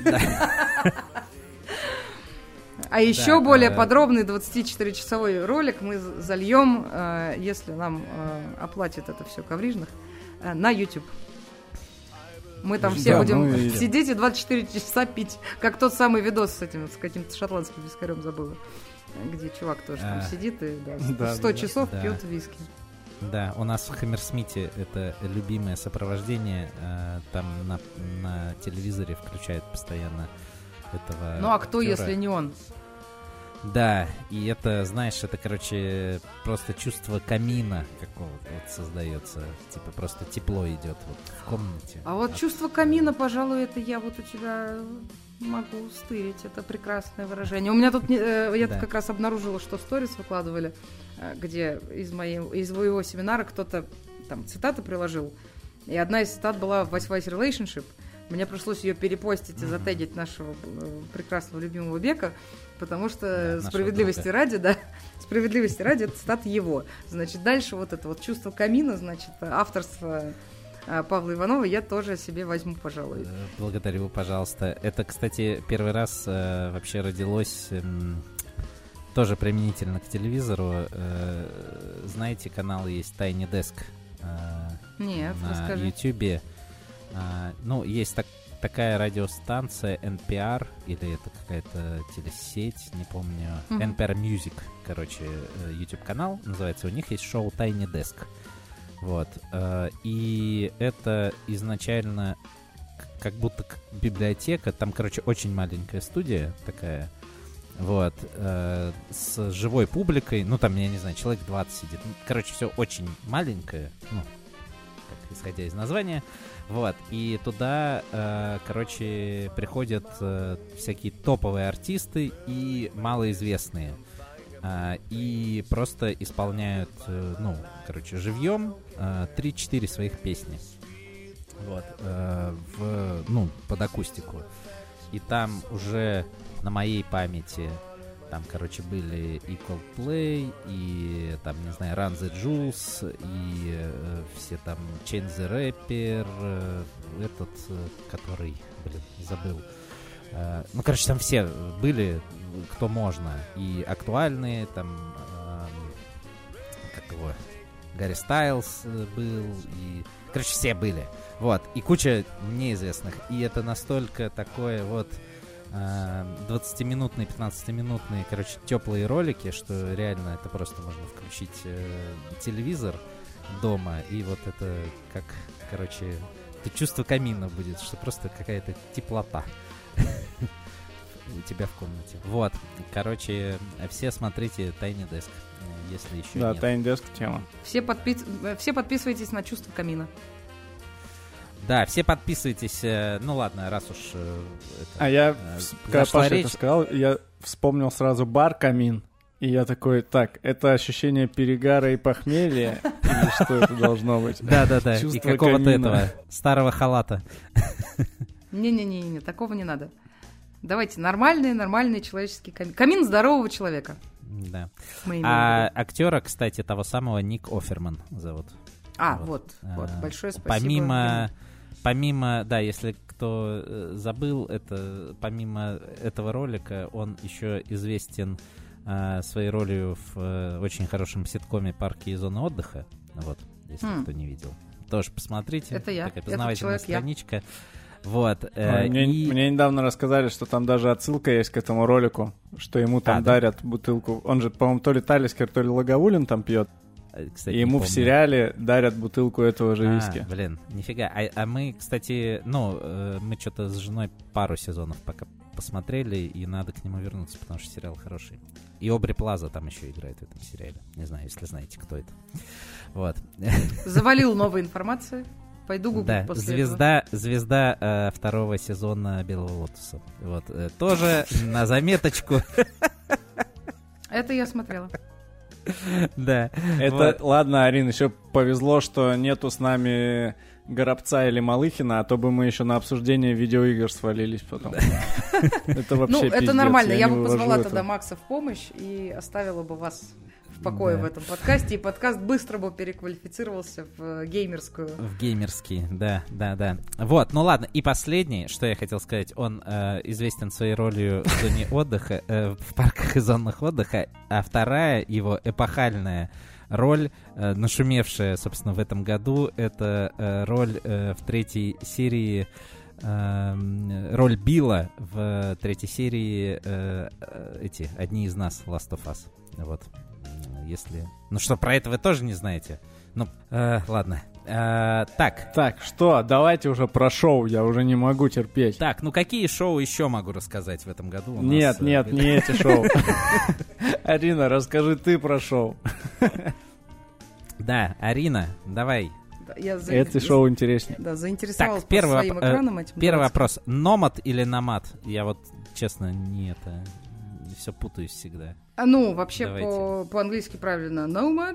А еще более подробный 24-часовой ролик мы зальем, если нам оплатят это все коврижных, на YouTube. Мы там все будем сидеть и 24 часа пить, как тот самый видос с этим, с каким-то шотландским вискарем, забыла, где чувак тоже там сидит и 100 часов пьет виски. Да, у нас в Хаммерсмите это любимое сопровождение. Там на телевизоре включают постоянно этого. Ну а кто, актера. если не он? Да, и это, знаешь, это, короче, просто чувство камина какого-то вот создается. Типа просто тепло идет вот в комнате. А вот чувство камина, пожалуй, это я вот у тебя могу стырить. Это прекрасное выражение. У меня тут, я тут как раз обнаружила, что сторис выкладывали, где из моего семинара кто-то там цитаты приложил. И одна из цитат была «Vice Vice Relationship». Мне пришлось ее перепостить и затегить нашего прекрасного любимого Бека, потому что справедливости ради, это цитата его. Значит, дальше вот это вот чувство камина, значит, авторство Павла Иванова я тоже себе возьму, пожалуй. Благодарю, пожалуйста. Это, кстати, первый раз вообще родилось тоже применительно к телевизору. Знаете, канал есть Tiny Desk Нет, на расскажи. YouTube. Ну, есть такая радиостанция NPR, или это какая-то телесеть, не помню. NPR Music, короче, YouTube-канал называется. У них есть шоу Tiny Desk. Вот. И это изначально как будто библиотека. Там, короче, очень маленькая студия такая. Вот. С живой публикой. Ну, там, я не знаю, человек 20 сидит. Короче, все очень маленькое. Ну, как исходя из названия. Вот. И туда, короче, приходят всякие топовые артисты и малоизвестные. И просто исполняют, ну, короче, живьем 3-4 своих песни. Вот. Под акустику. И там уже на моей памяти там, короче, были и Coldplay, и там, не знаю, Run the Jewels, и все там Chance the Rapper, этот, который, забыл. Ну, короче, там все были, кто можно, и актуальные, там, как его, Гарри Стайлз был, и, короче, все были. Вот, и куча неизвестных. И это настолько такое вот 20-минутные, 15-минутные, короче, теплые ролики, что реально это просто можно включить телевизор дома, и вот это как, короче, это чувство камина будет, что просто какая-то теплота у тебя в комнате. Вот, короче, все смотрите Tiny Desk, если еще нет. Да, Tiny Desk тема. Все подписывайтесь на чувство камина. Да, все подписывайтесь. Ну ладно, раз уж я, когда Паша это сказал, я вспомнил сразу бар «Камин». И я такой, так, это ощущение перегара и похмелья? Или что это должно быть? Да-да-да, и какого-то этого старого халата. Не-не-не, такого не надо. Давайте нормальный человеческий камин. Камин здорового человека. Да. А актера, кстати, того самого Ник Офферман зовут. Вот. Большое спасибо. Помимо, да, если кто забыл, это помимо этого ролика, он еще известен своей ролью в очень хорошем ситкоме «Парки и зоны отдыха». Вот, если кто не видел. Тоже посмотрите. Это я. Такая познавательная страничка. Я. Вот. Мне недавно рассказали, что там даже отсылка есть к этому ролику, что ему там дарят бутылку. Он же, по-моему, то ли Талискер, то ли Лаговулин там пьет. Кстати, и ему в сериале дарят бутылку этого же виски. Блин, нифига. А мы, кстати, мы что-то с женой пару сезонов пока посмотрели, и надо к нему вернуться, потому что сериал хороший. И Обри Плаза там еще играет в этом сериале. Не знаю, если знаете, кто это. Вот. Завалил новой информацией. Пойду гуглить после этого. Звезда второго сезона «Белого лотоса». Вот. Тоже на заметочку. Это я смотрела. Да. Это, ладно, Арин, еще повезло, что нету с нами Горобца или Малыхина, а то бы мы еще на обсуждение видеоигр свалились потом. Это вообще пиздец. Это нормально, я бы позвала тогда Макса в помощь и оставила бы вас в покое в этом подкасте, и подкаст быстро бы переквалифицировался в геймерскую. В геймерский, да. Вот, ну ладно, и последний, что я хотел сказать, он известен своей ролью в зоне отдыха, в парках и зонах отдыха, а вторая его эпохальная роль, нашумевшая, собственно, в этом году, это роль в третьей серии, роль Билла в третьей серии «Одни из нас», Last of Us. Вот. Если... Ну что, про это вы тоже не знаете? Ну, ладно. Так. Так, что? Давайте уже про шоу, я уже не могу терпеть. Так, ну какие шоу еще могу рассказать в этом году? Нет, не эти шоу. Арина, расскажи ты про шоу. Да, Арина, давай. Это шоу интереснее. Да, заинтересовалась Так, своим экраном этим. Первый вопрос. Номад или номад? Я вот, честно, все путаюсь всегда. Ну, вообще Давайте. по-английски правильно nomad.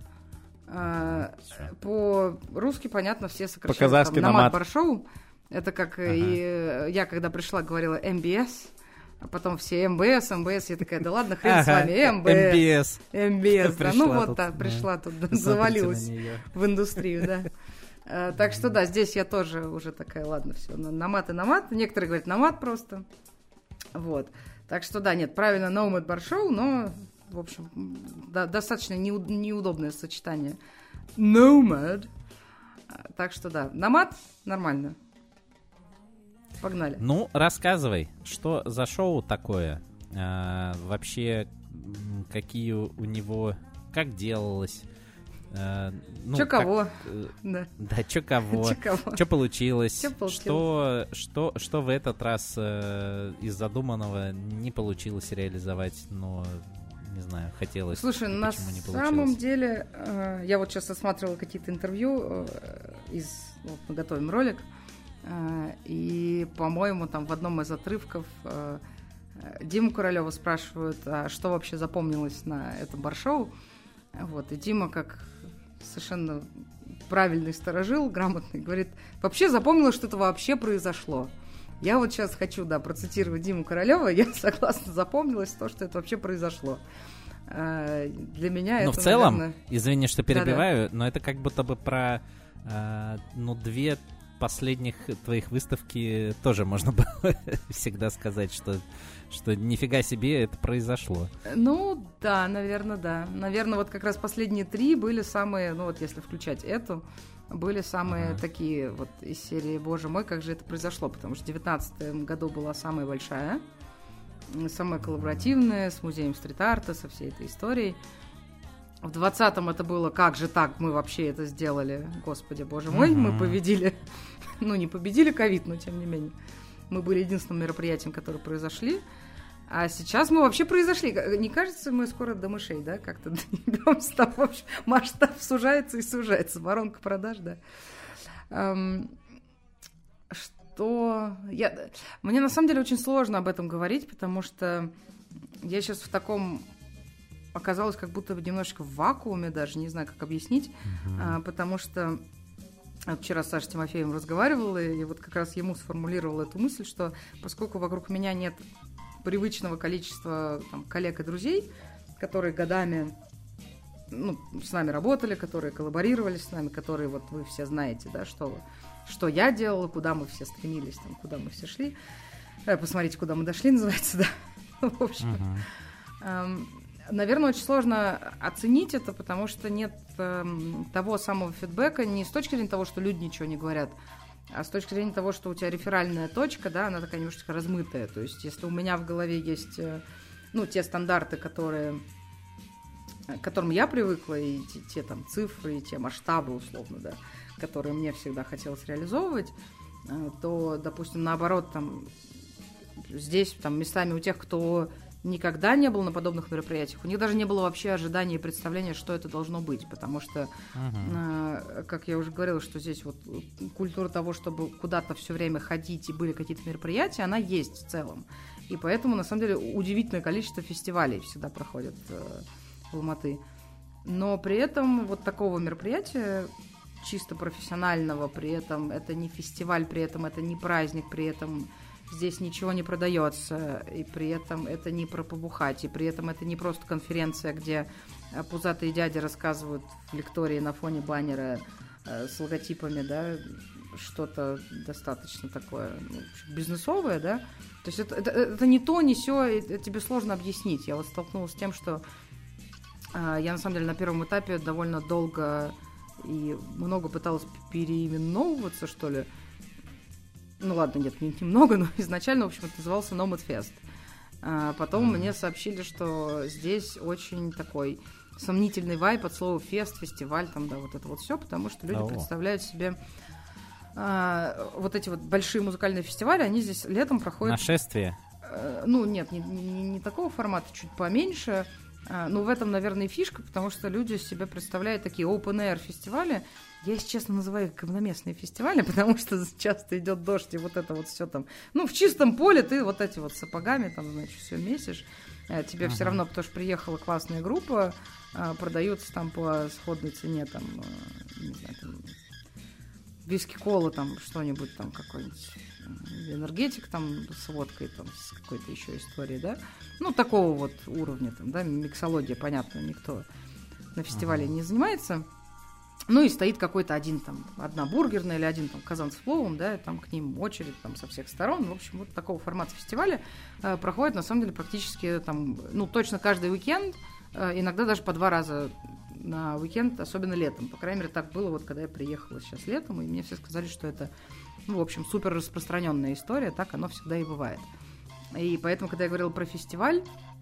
По-русски, понятно, все сокращают. По-казахски Номад номад. Бар-шоу. Это как и я, когда пришла, говорила МБС, а потом все МБС. Я такая, да ладно, хрен с вами, МБС. МБС, да, ну вот так, пришла тут, завалилась в индустрию, да. Так что да, здесь я тоже уже такая, ладно, все, номад и номад. Некоторые говорят номад просто. Вот. Так что да, нет, правильно, Nomad Bar Show, но, в общем, достаточно неудобное сочетание. Nomad. Так что да, номад нормально. Погнали. Ну, рассказывай, что за шоу такое? Вообще, какие у него... Как делалось? Чё кого? Да, чё кого? Чё получилось? Что в этот раз из задуманного не получилось реализовать, но, не знаю, хотелось. Слушай, на самом деле, я вот сейчас осматривала какие-то интервью мы готовим ролик, и, по-моему, там в одном из отрывков Диму Королёва спрашивают, а что вообще запомнилось на этом бар-шоу. Вот, и Дима, как совершенно правильный сторожил, грамотный, говорит, вообще запомнилось, что это вообще произошло. Я вот сейчас хочу, процитировать Диму Королёва, я согласна, запомнилось то, что это вообще произошло. Для меня это, в целом, наверное... извини, что перебиваю, но это как будто бы про, две последних твоих выставки тоже можно было всегда сказать, что нифига себе это произошло. Ну, да, наверное, да. Наверное, вот как раз последние 3 были самые, ну вот если включать эту, были самые такие вот из серии «Боже мой, как же это произошло», потому что в 2019 году была самая большая, самая коллаборативная, с музеем стрит-арта, со всей этой историей. В 2020-м это было «Как же так, мы вообще это сделали?» Господи, боже мой, мы победили. Ну, не победили ковид, но тем не менее. Мы были единственным мероприятием, которое произошли. А сейчас мы вообще произошли. Не кажется, мы скоро до мышей, да? Как-то доебемся. Там, в общем, масштаб сужается и сужается. Воронка продаж, да. Мне на самом деле очень сложно об этом говорить, потому что я сейчас в таком... оказалась как будто бы немножечко в вакууме даже, не знаю, как объяснить, потому что вчера с Сашей Тимофеевым разговаривала, и вот как раз ему сформулировала эту мысль, что поскольку вокруг меня нет привычного количества коллег и друзей, которые годами с нами работали, которые коллаборировали с нами, которые вот вы все знаете, да, что я делала, куда мы все стремились, куда мы все шли. Посмотрите, куда мы дошли, называется, да. В общем... Наверное, очень сложно оценить это, потому что нет того самого фидбэка не с точки зрения того, что люди ничего не говорят, а с точки зрения того, что у тебя реферальная точка, да, она такая немножечко размытая. То есть, если у меня в голове есть, те стандарты, к которым я привыкла, и те там цифры, и те масштабы, условно, да, которые мне всегда хотелось реализовывать, то, допустим, наоборот, здесь местами у тех, кто никогда не был на подобных мероприятиях, у них даже не было вообще ожидания и представления, что это должно быть, потому что, как я уже говорила, что здесь вот культура того, чтобы куда-то все время ходить и были какие-то мероприятия, она есть в целом. И поэтому, на самом деле, удивительное количество фестивалей всегда проходят в Алматы. Но при этом вот такого мероприятия, чисто профессионального, при этом это не фестиваль, при этом это не праздник, при этом здесь ничего не продается, и при этом это не про побухать, и при этом это не просто конференция, где пузатые дяди рассказывают в лектории на фоне баннера с логотипами, да, что-то достаточно такое бизнесовое, да. То есть это не то, не сё, это тебе сложно объяснить. Я вот столкнулась с тем, что я на самом деле на первом этапе довольно долго и много пыталась переименовываться, что ли. Ну ладно, нет, немного, но изначально, в общем, это назывался Nomad Fest. Потом мне сообщили, что здесь очень такой сомнительный вайб от слова фест, фестиваль, там, да, вот это вот все, потому что люди представляют себе вот эти вот большие музыкальные фестивали, они здесь летом проходят... Нашествие? Ну, нет, не такого формата, чуть поменьше. Ну, в этом, наверное, и фишка, потому что люди себе представляют такие open-air фестивали. Я, если честно, называю их говноместные фестивали, потому что часто идет дождь, и вот это вот все там... Ну, в чистом поле ты вот эти вот сапогами там, значит, все месишь. Тебе все равно, потому что приехала классная группа, продаются там по сходной цене, там, не знаю, там, виски-кола, там, что-нибудь там, какой-нибудь энергетик там с водкой, там, с какой-то еще историей, да? Ну, такого вот уровня, там, да, миксология, понятно, никто на фестивале не занимается. Ну, и стоит какой-то один, там, одна бургерная или один, там, казан с пловом, да, и там к ним очередь, там, со всех сторон. В общем, вот такого формата фестиваля проходит, на самом деле, практически, там, ну, точно каждый уикенд, иногда даже по 2 раза на уикенд, особенно летом. По крайней мере, так было, вот, когда я приехала сейчас летом, и мне все сказали, что это, ну, в общем, супер распространенная история, так оно всегда и бывает. И поэтому, когда я говорила про фестиваль,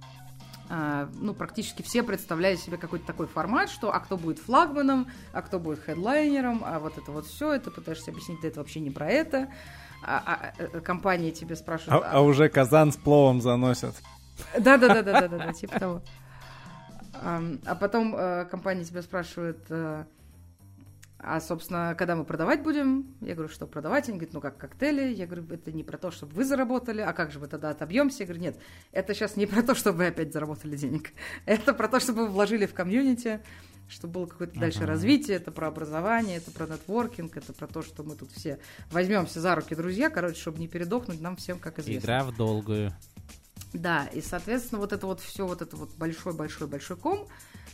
ну, практически все представляли себе какой-то такой формат, что кто будет флагманом, а кто будет хедлайнером, а вот это вот все, это пытаешься объяснить, да это вообще не про это, компании тебе спрашивают... А уже казан с пловом заносят. Да, типа того. А потом компания тебя спрашивает... А, собственно, когда мы продавать будем? Я говорю, что продавать? Они говорят, ну как коктейли? Я говорю, это не про то, чтобы вы заработали, а как же вы тогда отобьемся? Я говорю, нет, это сейчас не про то, чтобы вы опять заработали денег. Это про то, чтобы вы вложили в комьюнити, чтобы было какое-то дальше развитие, это про образование, это про нетворкинг, это про то, что мы тут все возьмемся за руки, друзья, короче, чтобы не передохнуть нам всем, как известно. Игра в долгую. Да, и, соответственно, вот это вот все, вот это вот большой-большой-большой ком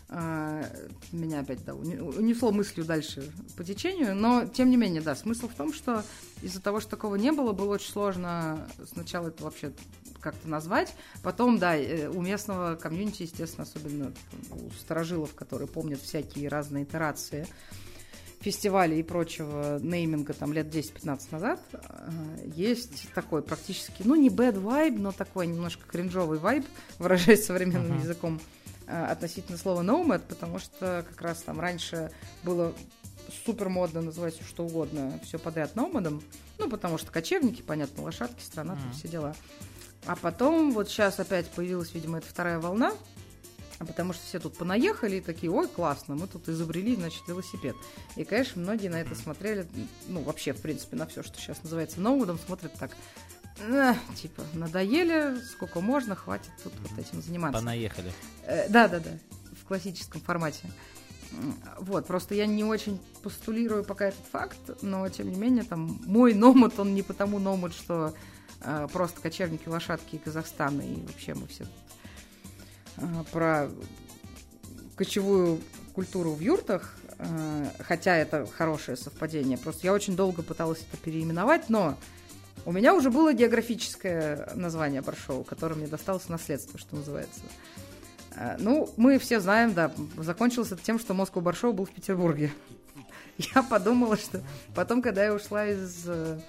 меня опять, да, унесло мыслью дальше по течению, но, тем не менее, да, смысл в том, что из-за того, что такого не было, было очень сложно сначала это вообще как-то назвать, потом, да, у местного комьюнити, естественно, особенно у старожилов, которые помнят всякие разные итерации фестивалей и прочего нейминга там лет 10-15 назад, есть такой практически, ну, не bad vibe, но такой немножко кринжовый вайб, выражаясь современным языком, относительно слова nomad, потому что как раз там раньше было супер модно называть что угодно, все подряд номадом, ну, потому что кочевники, понятно, лошадки, страна, там все дела. А потом вот сейчас опять появилась, видимо, эта вторая волна, потому что все тут понаехали и такие, ой, классно, мы тут изобрели, значит, велосипед. И, конечно, многие на это смотрели, ну, вообще, в принципе, на все, что сейчас называется номадом, смотрят так, типа, надоели, сколько можно, хватит тут вот этим заниматься. Понаехали. Да, в классическом формате. Вот, просто я не очень постулирую пока этот факт, но, тем не менее, там, мой номад, он не потому номад, что просто кочевники, лошадки и Казахстан, и вообще мы все про кочевую культуру в юртах, хотя это хорошее совпадение, просто я очень долго пыталась это переименовать, но у меня уже было географическое название баршоу, которое мне досталось в наследство, что называется. Ну, мы все знаем, да, закончилось это тем, что Moscow Bar Show был в Петербурге. Я подумала, что потом, когда я ушла из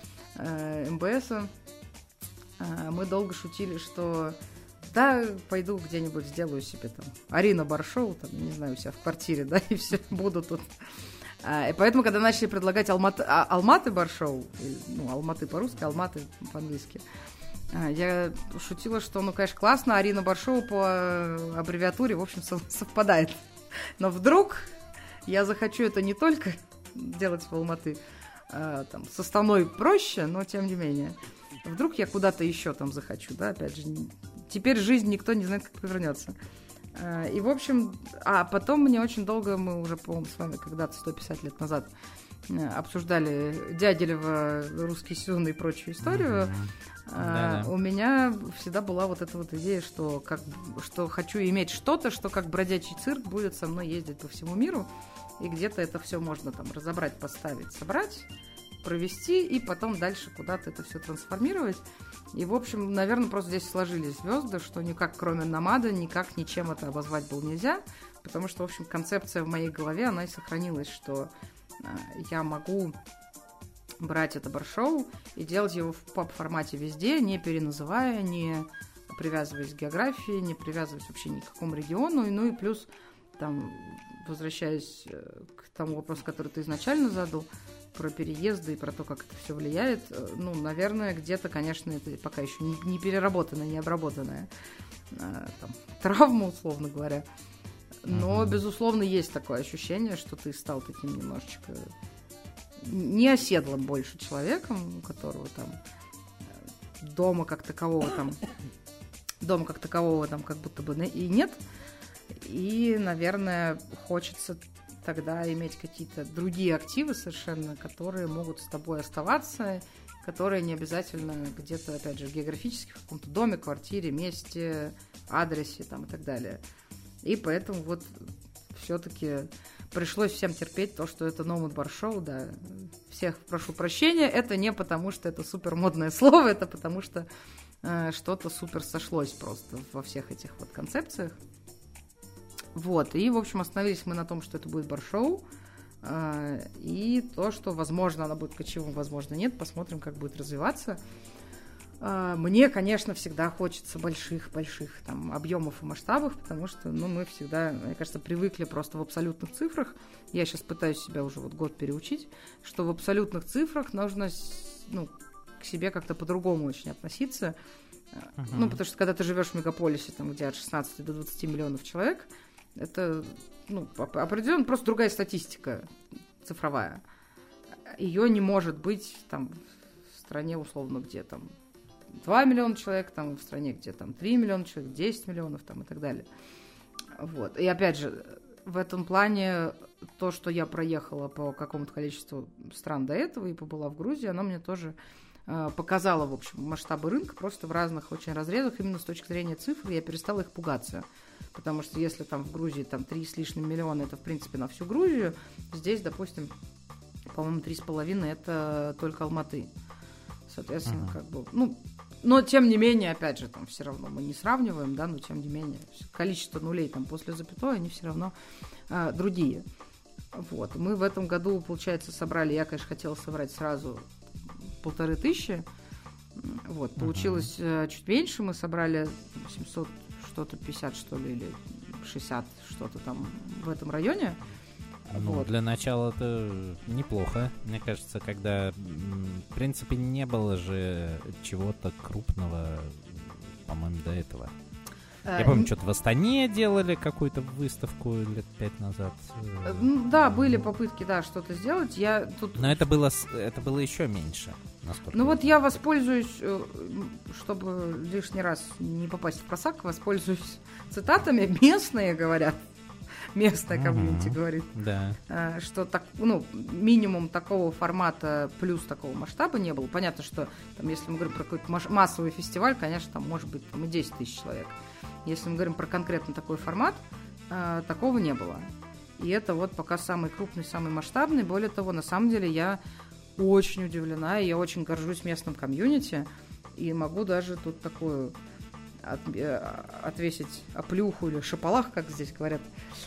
МБСа, мы долго шутили, что да, пойду где-нибудь сделаю себе там Арина Бар Show, там, не знаю, у себя в квартире, да, и все, буду тут. И поэтому, когда начали предлагать Алматы Бар Show, ну, Алматы по-русски, Алматы по-английски, я шутила, что, ну, конечно, классно, Арина Бар Show по аббревиатуре, в общем, совпадает. Но вдруг я захочу это не только делать в Алматы, там, составной проще, но тем не менее. Вдруг я куда-то еще там захочу, да, опять же, теперь жизнь никто не знает, как повернется. И, в общем, потом мне очень долго, мы уже, по-моему, с вами когда-то 150 лет назад обсуждали Дягилева, русский сезон и прочую историю. У меня всегда была вот эта вот идея, что хочу иметь что-то, что как бродячий цирк будет со мной ездить по всему миру, и где-то это все можно там разобрать, поставить, собрать, провести, и потом дальше куда-то это все трансформировать. И, в общем, наверное, просто здесь сложились звезды, что никак, кроме номада, никак ничем это обозвать было нельзя, потому что, в общем, концепция в моей голове, она и сохранилась, что я могу брать это бар-шоу и делать его в поп-формате везде, не переназывая, не привязываясь к географии, не привязываясь вообще ни к какому региону. Ну и плюс там, возвращаясь к тому вопросу, который ты изначально задал, про переезды и про то, как это все влияет, ну, наверное, где-то, конечно, это пока еще не переработанная, не обработанная там, травма, условно говоря. Но, безусловно, есть такое ощущение, что ты стал таким немножечко неоседлым больше человеком, у которого там дома как такового там как будто бы и нет. И, наверное, хочется тогда иметь какие-то другие активы совершенно, которые могут с тобой оставаться, которые не обязательно где-то, опять же, географически в каком-то доме, квартире, месте, адресе там, и так далее. И поэтому вот все-таки пришлось всем терпеть то, что это Nomad Bar Show, да. Всех прошу прощения, это не потому, что это супер модное слово, это потому, что что-то супер сошлось просто во всех этих вот концепциях. Вот, и, в общем, остановились мы на том, что это будет бар-шоу, и то, что, возможно, она будет кочевым, возможно, нет, посмотрим, как будет развиваться. Мне, конечно, всегда хочется больших там объемов и масштабов, потому что, ну, мы всегда, мне кажется, привыкли просто в абсолютных цифрах. Я сейчас пытаюсь себя уже вот год переучить, что в абсолютных цифрах нужно, ну, к себе как-то по-другому очень относиться. Ну, потому что когда ты живешь в мегаполисе, там, где от 16 до 20 миллионов человек, это, ну, определенно просто другая статистика цифровая. Ее не может быть там в стране, условно, где там 2 миллиона человек, там в стране, где там 3 миллиона человек, 10 миллионов там, и так далее. Вот. И опять же, в этом плане то, что я проехала по какому-то количеству стран до этого и побыла в Грузии, оно мне тоже показало, в общем, масштабы рынка просто в разных очень разрезах. Именно с точки зрения цифр я перестала их пугаться. Потому что если там в Грузии там 3 с лишним миллиона, это в принципе на всю Грузию, здесь, допустим, по-моему, 3,5 это только Алматы. Соответственно, как бы, ну, но тем не менее, опять же, там все равно мы не сравниваем, да, но тем не менее, количество нулей там после запятой, они все равно другие. Вот. Мы в этом году, получается, собрали, я, конечно, хотела собрать сразу 1500. Вот, получилось чуть меньше, мы собрали 700 что-то 50, что ли, или 60, что-то там в этом районе. Ну, вот. Для начала это неплохо, мне кажется, когда, в принципе, не было же чего-то крупного, по-моему, до этого. Я помню, что-то в Астане делали какую-то выставку лет 5 назад. Да, были попытки, да, что-то сделать. Но это было еще меньше. Ну вот я воспользуюсь, чтобы лишний раз не попасть в просак, воспользуюсь цитатами. Местные говорят, местная комьюнити говорит, да. Что так, ну, минимум такого формата плюс такого масштаба не было. Понятно, что там, если мы говорим про какой-то массовый фестиваль, конечно, там может быть там, и 10 тысяч человек. Если мы говорим про конкретно такой формат, такого не было. И это вот пока самый крупный, самый масштабный. Более того, на самом деле я очень удивлена, и я очень горжусь местным комьюнити. И могу даже тут такую отвесить оплюху или шапалах, как здесь говорят,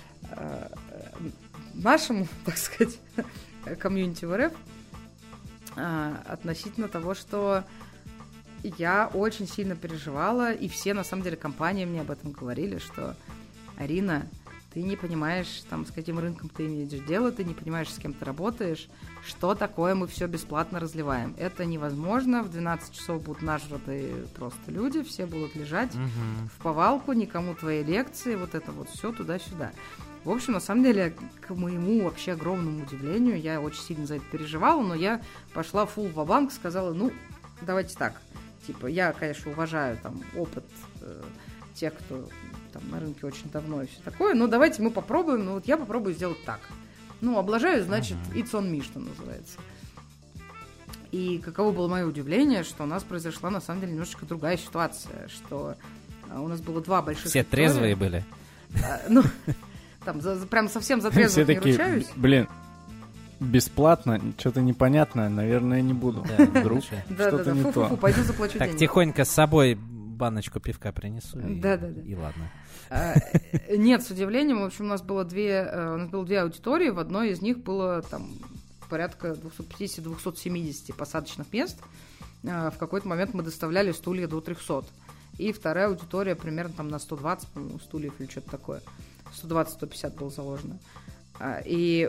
нашему, так сказать, комьюнити в РФ относительно того, что я очень сильно переживала, и все, на самом деле, компании мне об этом говорили, что Арина, ты не понимаешь, там, с каким рынком ты имеешь дело, ты не понимаешь, с кем ты работаешь, что такое мы все бесплатно разливаем. Это невозможно, в 12 часов будут нажраты просто люди, все будут лежать в повалку, никому твои лекции, вот это вот все туда-сюда. В общем, на самом деле, к моему вообще огромному удивлению, я очень сильно за это переживала, но я пошла фулл ва-банк, сказала, ну, давайте так, типа, я, конечно, уважаю там опыт тех, кто там на рынке очень давно и все такое, но давайте мы попробуем, ну вот я попробую сделать так. Ну, облажаю, значит, it's on me, что называется. И каково было мое удивление, что у нас произошла, на самом деле, немножечко другая ситуация, что у нас было два больших... Все трезвые были? Ну, там, прям совсем за трезвых не ручаюсь. Блин, бесплатно, что-то непонятное, наверное, не буду. Вдруг что-то не то. Пойду заплачу денег. Так, тихонько с собой баночку пивка принесу. И ладно. Нет, с удивлением, в общем, у нас было две аудитории, в одной из них было там порядка 250-270 посадочных мест. В какой-то момент мы доставляли стулья до 300. И вторая аудитория примерно там на 120, по-моему, стульев или что-то такое. 120-150 было заложено. И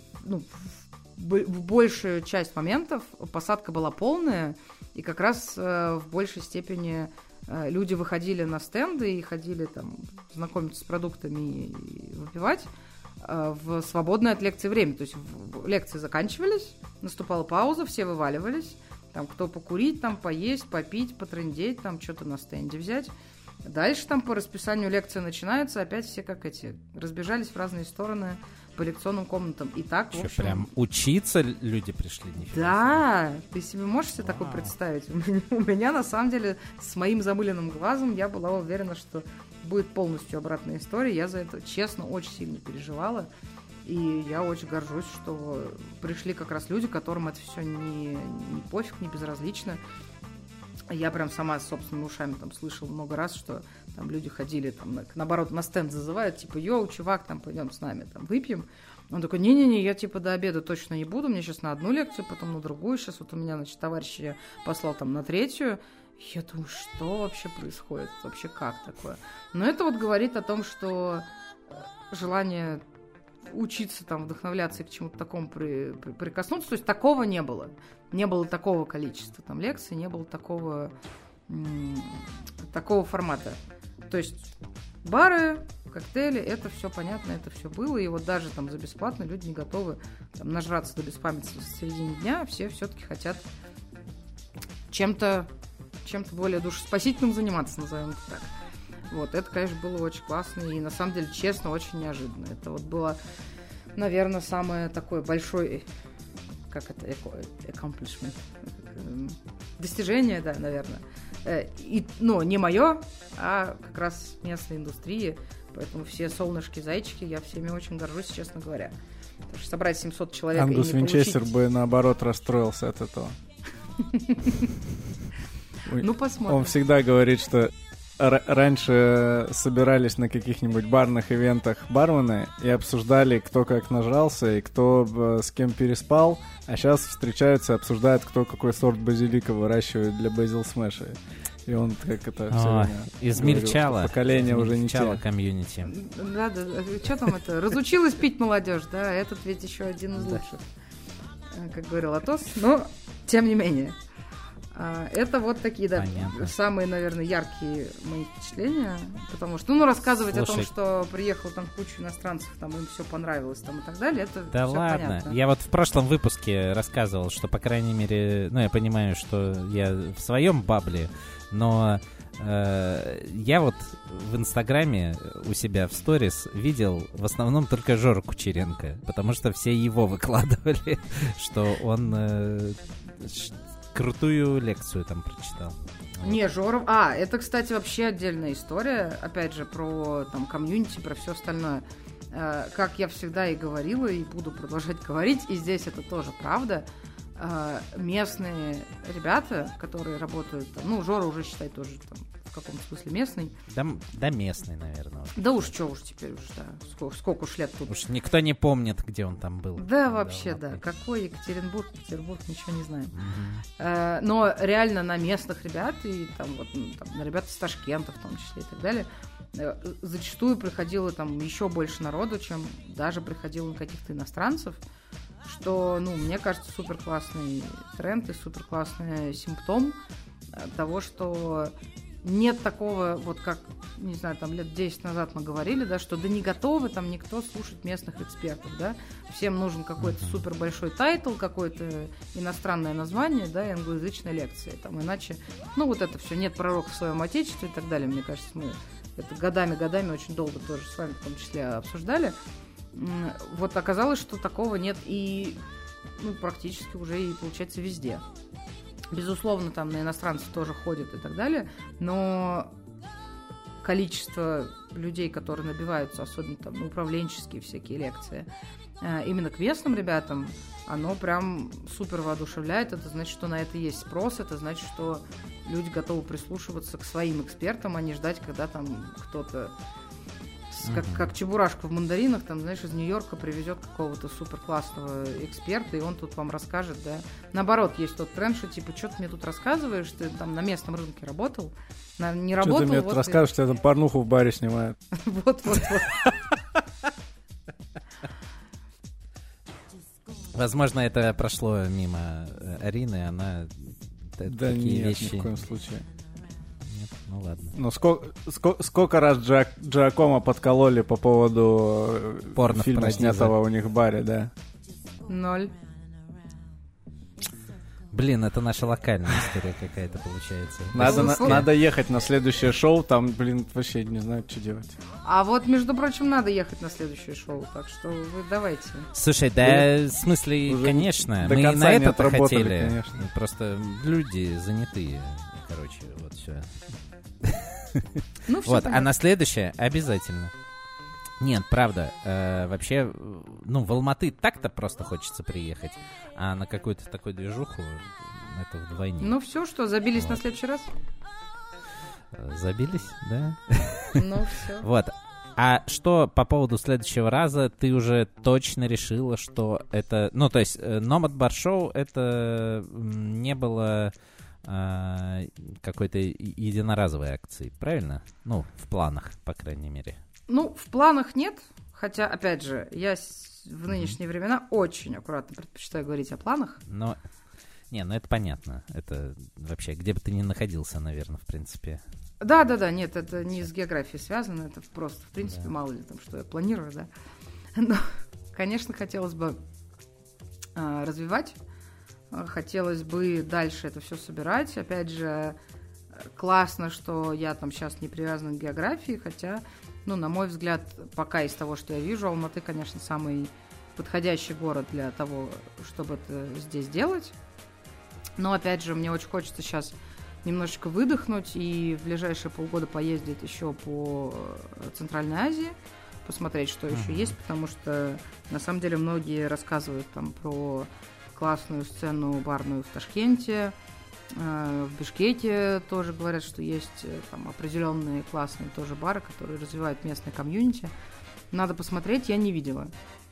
в большую часть моментов посадка была полная, и как раз в большей степени люди выходили на стенды и ходили там знакомиться с продуктами и выпивать в свободное от лекции время. То есть лекции заканчивались, наступала пауза, все вываливались, там кто покурить, там поесть, попить, потрындеть, там что-то на стенде взять. Дальше там по расписанию лекция начинается, опять все как разбежались в разные стороны по лекционным комнатам. И так, Что, в общем... прям учиться люди пришли? Да, ты себе можешь себе такое представить? У меня, на самом деле, с моим замыленным глазом я была уверена, что будет полностью обратная история. Я за это, честно, очень сильно переживала. И я очень горжусь, что пришли как раз люди, которым это все не пофиг, не безразлично. Я прям сама с собственными ушами там слышала много раз, что там люди ходили, там, наоборот, на стенд зазывают, типа, йоу, чувак, там, пойдем с нами, там, выпьем. Он такой, не-не-не, я, типа, до обеда точно не буду, мне сейчас на одну лекцию, потом на другую, сейчас вот у меня, значит, товарищ я послал там на третью. Я думаю, что вообще происходит, вообще как такое? Но это вот говорит о том, что желание учиться, там, вдохновляться и к чему-то такому прикоснуться, то есть такого не было. Не было такого количества там лекций, не было такого формата. То есть бары, коктейли, это все понятно, это все было, и вот даже там за бесплатно люди не готовы там нажраться до беспамятства в середине дня, все все-таки хотят чем-то более душеспасительным заниматься, назовем это так. Вот, это, конечно, было очень классно и, на самом деле, честно, очень неожиданно. Это вот было, наверное, самое такое большое, accomplishment, достижение, да, наверное. Но не мое, а как раз местной индустрии, поэтому все солнышки-зайчики, я всеми очень горжусь, честно говоря. Потому что собрать 700 человек Ангус и не Винчестер получить... бы, наоборот, расстроился от этого. Ну, посмотрим. Он всегда говорит, что раньше собирались на каких-нибудь барных ивентах бармены и обсуждали, кто как нажрался и кто с кем переспал, а сейчас встречаются и обсуждают, кто какой сорт базилика выращивает для базил смэша. И он как это все измельчало. Поколение уже не те. Комьюнити. Да, что там это? Разучилась пить молодежь, да, этот ведь еще один из лучших, как говорил Атос, но тем не менее. Это вот такие, да, Понятно. Самые, наверное, яркие мои впечатления, потому что, рассказывать о том, что приехал там куча иностранцев, там им все понравилось, там и так далее, это да все ладно. понятно. Я вот в прошлом выпуске рассказывал, что, по крайней мере, я понимаю, что я в своем бабле, но я вот в Инстаграме у себя в сторис видел в основном только Жору Кучеренко, потому что все его выкладывали, что он крутую лекцию там прочитал. Не, Жоров... это, кстати, вообще отдельная история, опять же, про там комьюнити, про все остальное. Как я всегда и говорила, и буду продолжать говорить, и здесь это тоже правда, местные ребята, которые работают там, Жора уже, считай, тоже там в каком-то смысле местный. Да местный, наверное. Да уж, что уж теперь уж, да. Сколько уж лет тут. Уж никто не помнит, где он там был. Да, вообще, да. Какой Екатеринбург, Петербург, ничего не знаем. Но реально на местных ребят, и там вот на ребят из Ташкента в том числе и так далее, зачастую приходило там еще больше народу, чем даже приходило на каких-то иностранцев, что, мне кажется, супер классный тренд и супер классный симптом того, что нет такого, вот как, не знаю, там лет 10 назад мы говорили, да, что не готовы там никто слушать местных экспертов, да, всем нужен какой-то супер большой тайтл, какое-то иностранное название, да, и англоязычная лекция, там, иначе, вот это все, нет пророка в своем отечестве и так далее, мне кажется, мы это годами очень долго тоже с вами в том числе обсуждали. Вот оказалось, что такого нет и, практически уже и получается везде. Безусловно, там на иностранцев тоже ходят и так далее, но количество людей, которые набиваются, особенно там на управленческие всякие лекции, именно к местным ребятам, оно прям супер воодушевляет. Это значит, что на это есть спрос, это значит, что люди готовы прислушиваться к своим экспертам, а не ждать, когда там кто-то, как чебурашка в мандаринах, там, знаешь, из Нью-Йорка привезет какого-то супер классного эксперта, и он тут вам расскажет, да. Наоборот, есть тот тренд, что типа, что ты мне тут рассказываешь, ты там на местном рынке работал, не работал. Что ты мне тут расскажешь, что я там порнуху в баре снимаю. Вот. Возможно, это прошло мимо Арины, она Да такие нет, вещи... ни в коем случае. Нет? Ну ладно. Ну, сколько раз Джиакомо подкололи по поводу фильма, Порно-пародиза. снятого у них в баре, да? 0. Блин, это наша локальная история какая-то получается. Надо ехать на следующее шоу, там, блин, вообще не знаю, что делать. А вот, между прочим, надо ехать на следующее шоу, так что вы давайте. Слушай, да, в смысле, Уже конечно, до мы конца на не это отработали, хотели. конечно. Просто люди занятые, короче, вот все. Ну, все Вот, а на следующее обязательно. Нет, правда, вообще, ну, в Алматы так-то просто хочется приехать, а на какую-то такую движуху это вдвойне. Ну все, что, забились на Вот. следующий раз? Забились, да? Ну все. Вот. А что по поводу следующего раза, ты уже точно решила, что это... Ну, то есть, Nomad Bar Show это не было какой-то единоразовой акции, правильно? Ну, в планах, по крайней мере. Ну, в планах нет, хотя, опять же, я в нынешние времена очень аккуратно предпочитаю говорить о планах. Но... Не, ну это понятно. Это вообще, где бы ты ни находился, наверное, в принципе. Да, нет, это не с географией связано, это просто, в принципе, мало ли там, что я планирую, да. Но, конечно, хотелось бы развивать, хотелось бы дальше это все собирать. Опять же, классно, что я там сейчас не привязана к географии, хотя, ну, на мой взгляд, пока из того, что я вижу, Алматы, конечно, самый подходящий город для того, чтобы это здесь делать. Но, опять же, мне очень хочется сейчас немножечко выдохнуть и в ближайшие полгода поездить еще по Центральной Азии, посмотреть, что еще есть, потому что, на самом деле, многие рассказывают там про классную сцену барную в Ташкенте, в Бишкеке тоже говорят, что есть там определенные классные тоже бары, которые развивают местное комьюнити. Надо посмотреть, я не видела.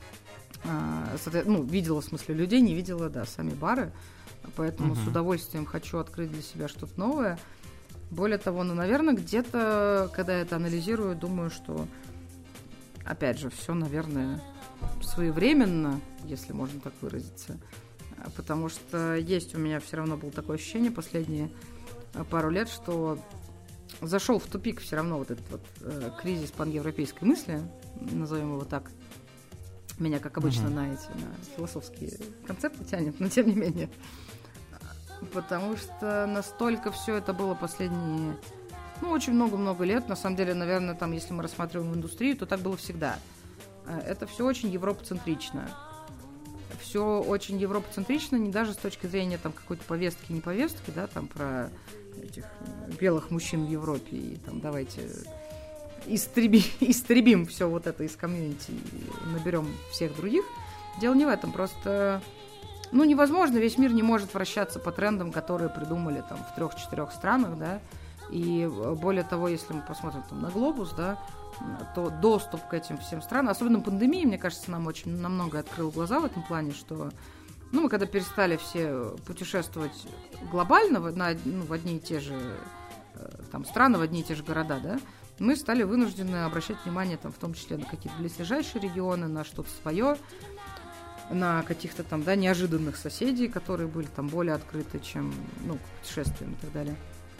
Ну, видела, в смысле, людей, не видела, да, сами бары. Поэтому с удовольствием хочу открыть для себя что-то новое. Более того, ну, наверное, где-то, когда я это анализирую, думаю, что, опять же, все, наверное, своевременно, если можно так выразиться. Потому что есть у меня все равно было такое ощущение последние пару лет, что зашел в тупик все равно вот этот вот кризис паневропейской мысли, назовем его так. Меня, как обычно, на философские концепты тянет, но тем не менее. Потому что настолько все это было последние, ну, очень много-много лет. На самом деле, наверное, там, если мы рассматриваем индустрию, то так было всегда. Это все очень европоцентрично. Все очень европоцентрично, не даже с точки зрения там какой-то повестки, не повестки, да, там про этих белых мужчин в Европе и там давайте истребим все вот это из комьюнити и наберем всех других. Дело не в этом, просто, ну, невозможно, весь мир не может вращаться по трендам, которые придумали там в 3-4 странах, да, и более того, если мы посмотрим там на глобус, да, то доступ к этим всем странам, особенно пандемия, мне кажется, нам очень намного открыл глаза в этом плане, что, ну, мы когда перестали все путешествовать глобально в одни и те же там страны, в одни и те же города, да, мы стали вынуждены обращать внимание, там, в том числе на какие-то близлежащие регионы, на что-то свое, на каких-то там, да, неожиданных соседей, которые были там более открыты, чем, ну, к путешествиям и так далее.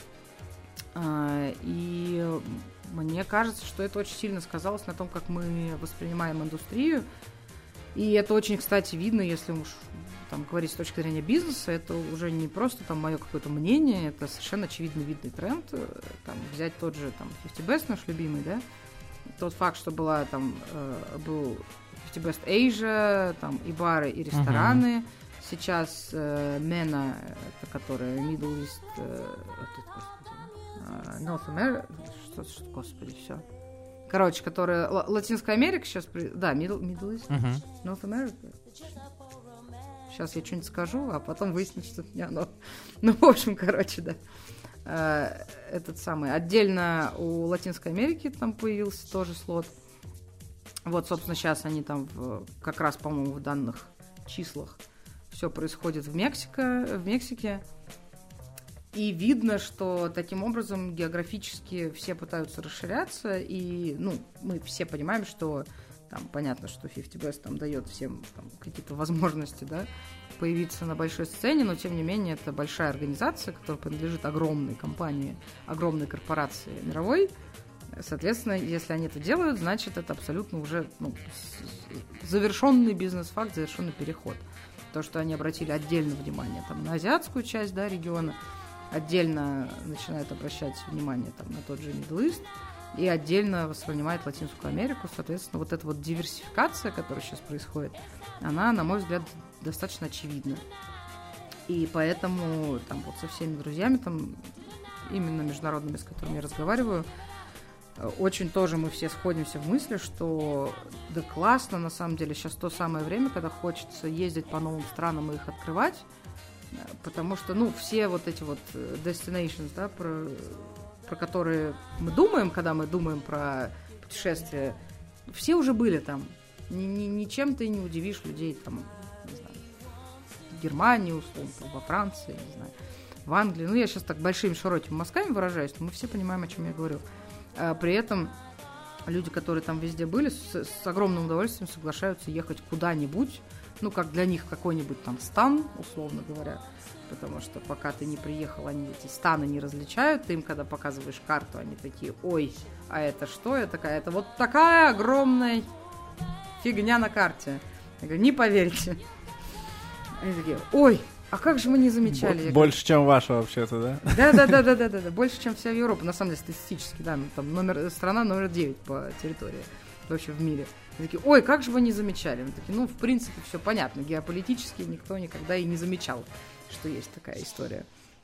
И мне кажется, что это очень сильно сказалось на том, как мы воспринимаем индустрию. И это очень, кстати, видно, если уж там говорить с точки зрения бизнеса, это уже не просто там мое какое-то мнение, это совершенно очевидно видный тренд. Там, взять тот же там 50 Best, наш любимый, да, тот факт, что была там был 50 Best Asia, там и бары, и рестораны. Сейчас MENA, это которая Middle East, North America, что, господи, все. Короче, которая Латинская Америка сейчас, да, Middle East, North America. Сейчас я что-нибудь скажу, а потом выяснится, что это не оно. Ну, в общем, короче, да. Этот самый. Отдельно у Латинской Америки там появился тоже слот. Вот, собственно, сейчас они там как раз, по-моему, в данных числах все происходит в Мексике. И видно, что таким образом географически все пытаются расширяться. И, ну, мы все понимаем, что Там понятно, что 50 Best там дает всем там какие-то возможности, да, появиться на большой сцене, но тем не менее это большая организация, которая принадлежит огромной компании, огромной корпорации мировой. Соответственно, если они это делают, значит, это абсолютно уже завершенный бизнес-факт, завершенный переход. То, что они обратили отдельно внимание там, на азиатскую часть, да, региона, отдельно начинают обращать внимание там, на тот же Middle East, и отдельно воспринимает Латинскую Америку. Соответственно, вот эта вот диверсификация, которая сейчас происходит, она, на мой взгляд, достаточно очевидна. И поэтому там вот со всеми друзьями, там, именно международными, с которыми я разговариваю, очень тоже мы все сходимся в мысли, что да классно, на самом деле, сейчас то самое время, когда хочется ездить по новым странам и их открывать, потому что, ну, все вот эти вот destinations, да, про которые мы думаем, когда мы думаем про путешествия, все уже были там. Ничем ты не удивишь людей там, не знаю, в Германии, условно, во Франции, не знаю, в Англии. Ну, я сейчас так большими широкими мазками выражаюсь, но мы все понимаем, о чем я говорю. При этом люди, которые там везде были, с огромным удовольствием соглашаются ехать куда-нибудь, ну, как для них какой-нибудь там стан, условно говоря, потому что пока ты не приехал, они эти станы не различают, ты им, когда показываешь карту, они такие, ой, а это что? Это вот такая огромная фигня на карте. Я говорю, не поверите. Они такие, ой, а как же мы не замечали? Больше, чем ваша вообще-то, да? Да, больше, чем вся Европа. На самом деле, статистически, да, там страна номер 9 по территории вообще в мире. Они такие, ой, как же вы не замечали? Мы такие, ну, в принципе, все понятно. Геополитически никто никогда и не замечал, что есть такая история.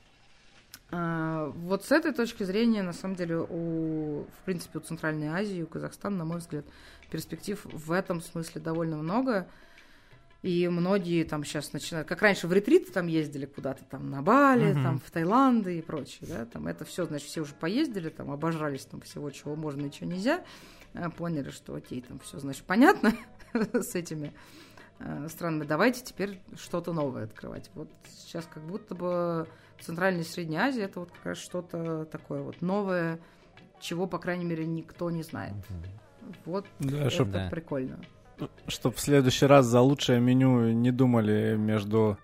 Вот с этой точки зрения, на самом деле, в принципе, у Центральной Азии, у Казахстана, на мой взгляд, перспектив в этом смысле довольно много. И многие там сейчас начинают, как раньше в ретрит там ездили куда-то там на Бали, там в Таиланд и прочее, да, там это все, значит, все уже поездили, там обожрались там всего, чего можно и чего нельзя, поняли, что окей, там все, значит, понятно с этими странами, давайте теперь что-то новое открывать. Вот сейчас как будто бы Центральная и Средняя Азия это вот как раз что-то такое вот новое, чего, по крайней мере, никто не знает. Вот да, это прикольно. Чтобы в следующий раз за лучшее меню не думали между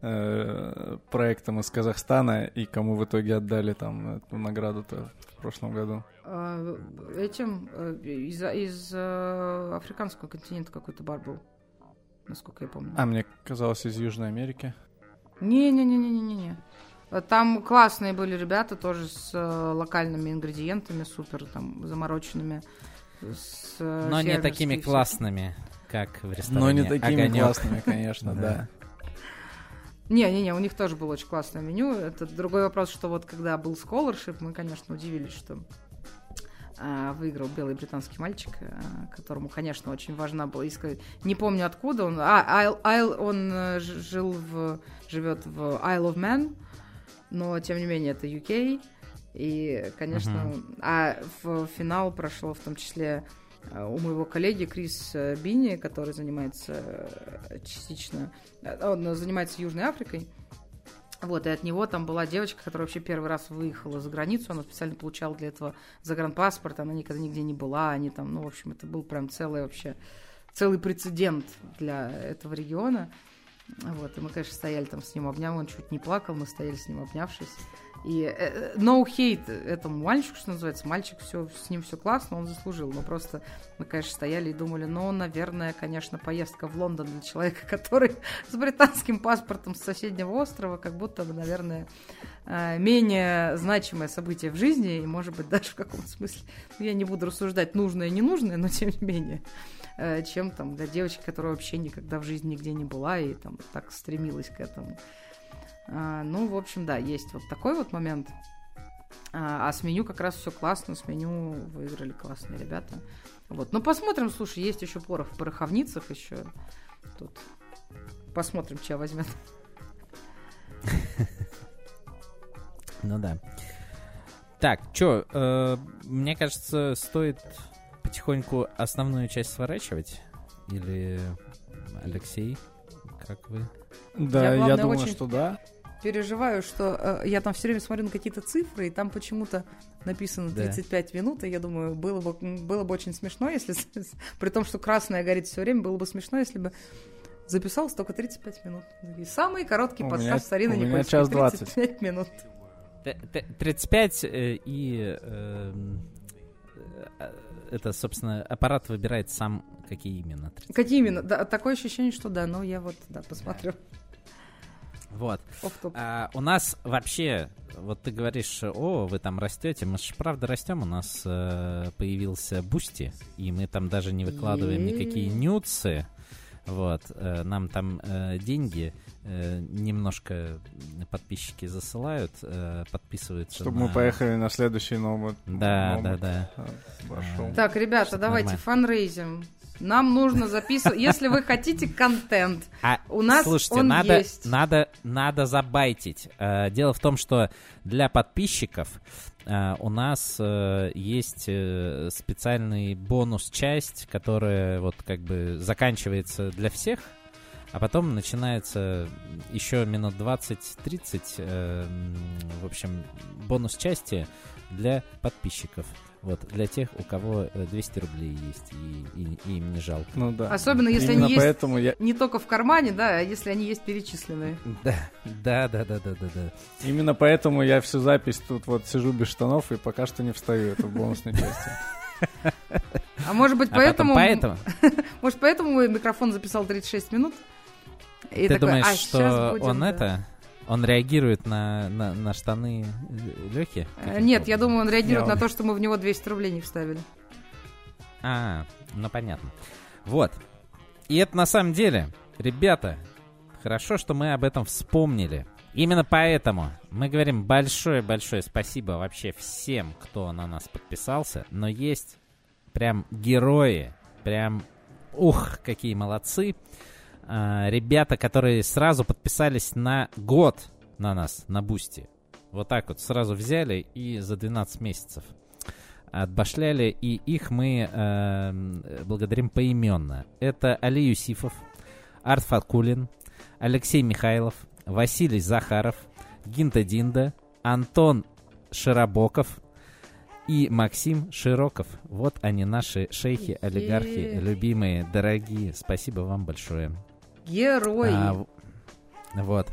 проектом из Казахстана и кому в итоге отдали там эту награду-то в прошлом году. Этим из африканского континента какой-то бар был, насколько я помню. А мне казалось, из Южной Америки. Не. Там классные были ребята, тоже с локальными ингредиентами, супер там замороченными. Но не такими классными, как в ресторане Но не такими «Огонёк». классными, конечно, да. Не, у них тоже было очень классное меню. Это другой вопрос, что вот когда был scholarship, мы, конечно, удивились, что выиграл белый британский мальчик, которому, конечно, очень важна была искать. Не помню откуда он. Он живет в Isle of Man, но тем не менее это UK. И, конечно, в финал прошло в том числе у моего коллеги Крис Бини, который занимается частично, он занимается Южной Африкой. Вот, и от него там была девочка, которая вообще первый раз выехала за границу, она специально получала для этого загранпаспорт, она никогда нигде не была, они там, ну, в общем, это был прям целый прецедент для этого региона. Вот, и мы, конечно, стояли там с ним обняв, он чуть не плакал, мы стояли с ним обнявшись. И no hate этому мальчику, что называется, мальчик, с ним все классно, он заслужил. Но просто мы, конечно, стояли и думали, наверное, конечно, поездка в Лондон для человека, который с британским паспортом с соседнего острова, как будто бы, наверное, менее значимое событие в жизни, и, может быть, даже в каком-то смысле, я не буду рассуждать нужное и ненужное, но тем не менее, чем там для девочки, которая вообще никогда в жизни нигде не была и там так стремилась к этому. В общем, да, есть вот такой вот момент. А с меню как раз все классно, с меню выиграли классные ребята. Вот. Посмотрим, слушай, есть еще порох в пороховницах еще. Тут посмотрим, чья возьмет. Ну да. Так, что, мне кажется, стоит потихоньку основную часть сворачивать? Или, Алексей, как вы? Да, я думаю, что да. переживаю, что я там все время смотрю на какие-то цифры, и там почему-то написано 35 минут, и я думаю, было бы очень смешно, если... При том, что красное горит все время, было бы смешно, если бы записалось только 35 минут. И самый короткий подкаст с Ариной Никольской. У меня час 20. 35 минут. 35 и... это, собственно, аппарат выбирает сам, какие именно. 35. Какие именно? Да, такое ощущение, что да, но я вот, да, посмотрю. Вот. У нас вообще, вот ты говоришь, вы там растете, мы же правда растем, у нас появился Бусти, и мы там даже не выкладываем никакие нюдсы. Вот, нам там деньги немножко подписчики засылают, подписываются. Чтобы мы поехали на следующий новый. Да. Так, ребята, давайте фанрейзим. Нам нужно записывать, если вы хотите контент. У нас слушайте, он есть. Надо забайтить. Дело в том, что для подписчиков у нас есть специальный бонус-часть, которая вот как бы заканчивается для всех, а потом начинается еще минут 20-30, в общем, бонус-части для подписчиков. Вот, для тех, у кого 200 рублей есть, и им не жалко. Ну да. Особенно, если именно они есть не только в кармане, да, а если они есть перечисленные. Да. Именно поэтому я всю запись тут вот сижу без штанов и пока что не встаю, это в бонусной части. А может быть, поэтому... Может, поэтому мой микрофон записал 36 минут? Ты думаешь, что он реагирует на штаны Лёхи? Нет, я думаю, он реагирует на то, что мы в него 200 рублей не вставили. Ну понятно. Вот. И это на самом деле, ребята, хорошо, что мы об этом вспомнили. Именно поэтому мы говорим большое-большое спасибо вообще всем, кто на нас подписался. Но есть прям герои, прям, какие молодцы. Ребята, которые сразу подписались на год на нас, на Бусти. Вот так вот сразу взяли и за 12 месяцев отбашляли. И их мы благодарим поименно. Это Али Юсифов, Арт Фаткулин, Алексей Михайлов, Василий Захаров, Гинта Динда, Антон Широбоков и Максим Широков. Вот они, наши шейхи, олигархи, любимые, дорогие. Спасибо вам большое. Герои. Вот.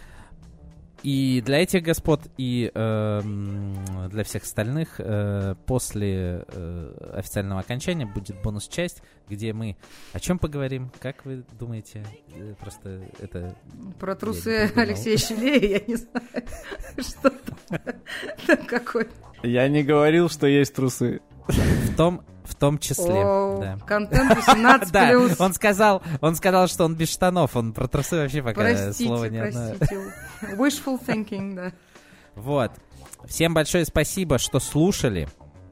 И для этих господ, и для всех остальных после официального окончания будет бонус-часть, где мы о чем поговорим? Как вы думаете? Просто это... Про трусы Алексея Щелея, я не знаю. Что там какой? Я не говорил, что есть трусы. В том числе. Да. Контент 18+. Да, он сказал, что он без штанов. Он про трусы вообще пока слова не одно. Простите. Wishful thinking, да. Вот. Всем большое спасибо, что слушали.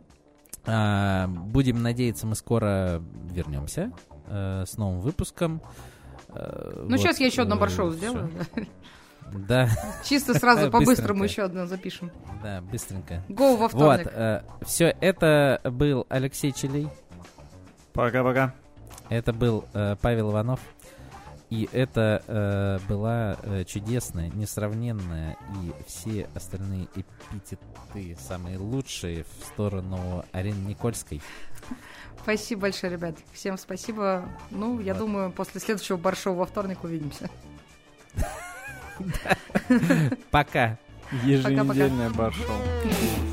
Будем надеяться, мы скоро вернемся с новым выпуском. Сейчас я еще одно баршоу сделаю. Да. Чисто сразу по-быстрому еще одно запишем. Да, быстренько. Go во вторник. Вот, все, это был Алексей Челей. Пока-пока. Это был Павел Иванов. И это была чудесная, несравненная и все остальные эпитеты самые лучшие в сторону Арины Никольской. Спасибо большое, ребят. Всем спасибо. Я думаю, после следующего баршоу во вторник увидимся. Пока. Еженедельное бар-шоу.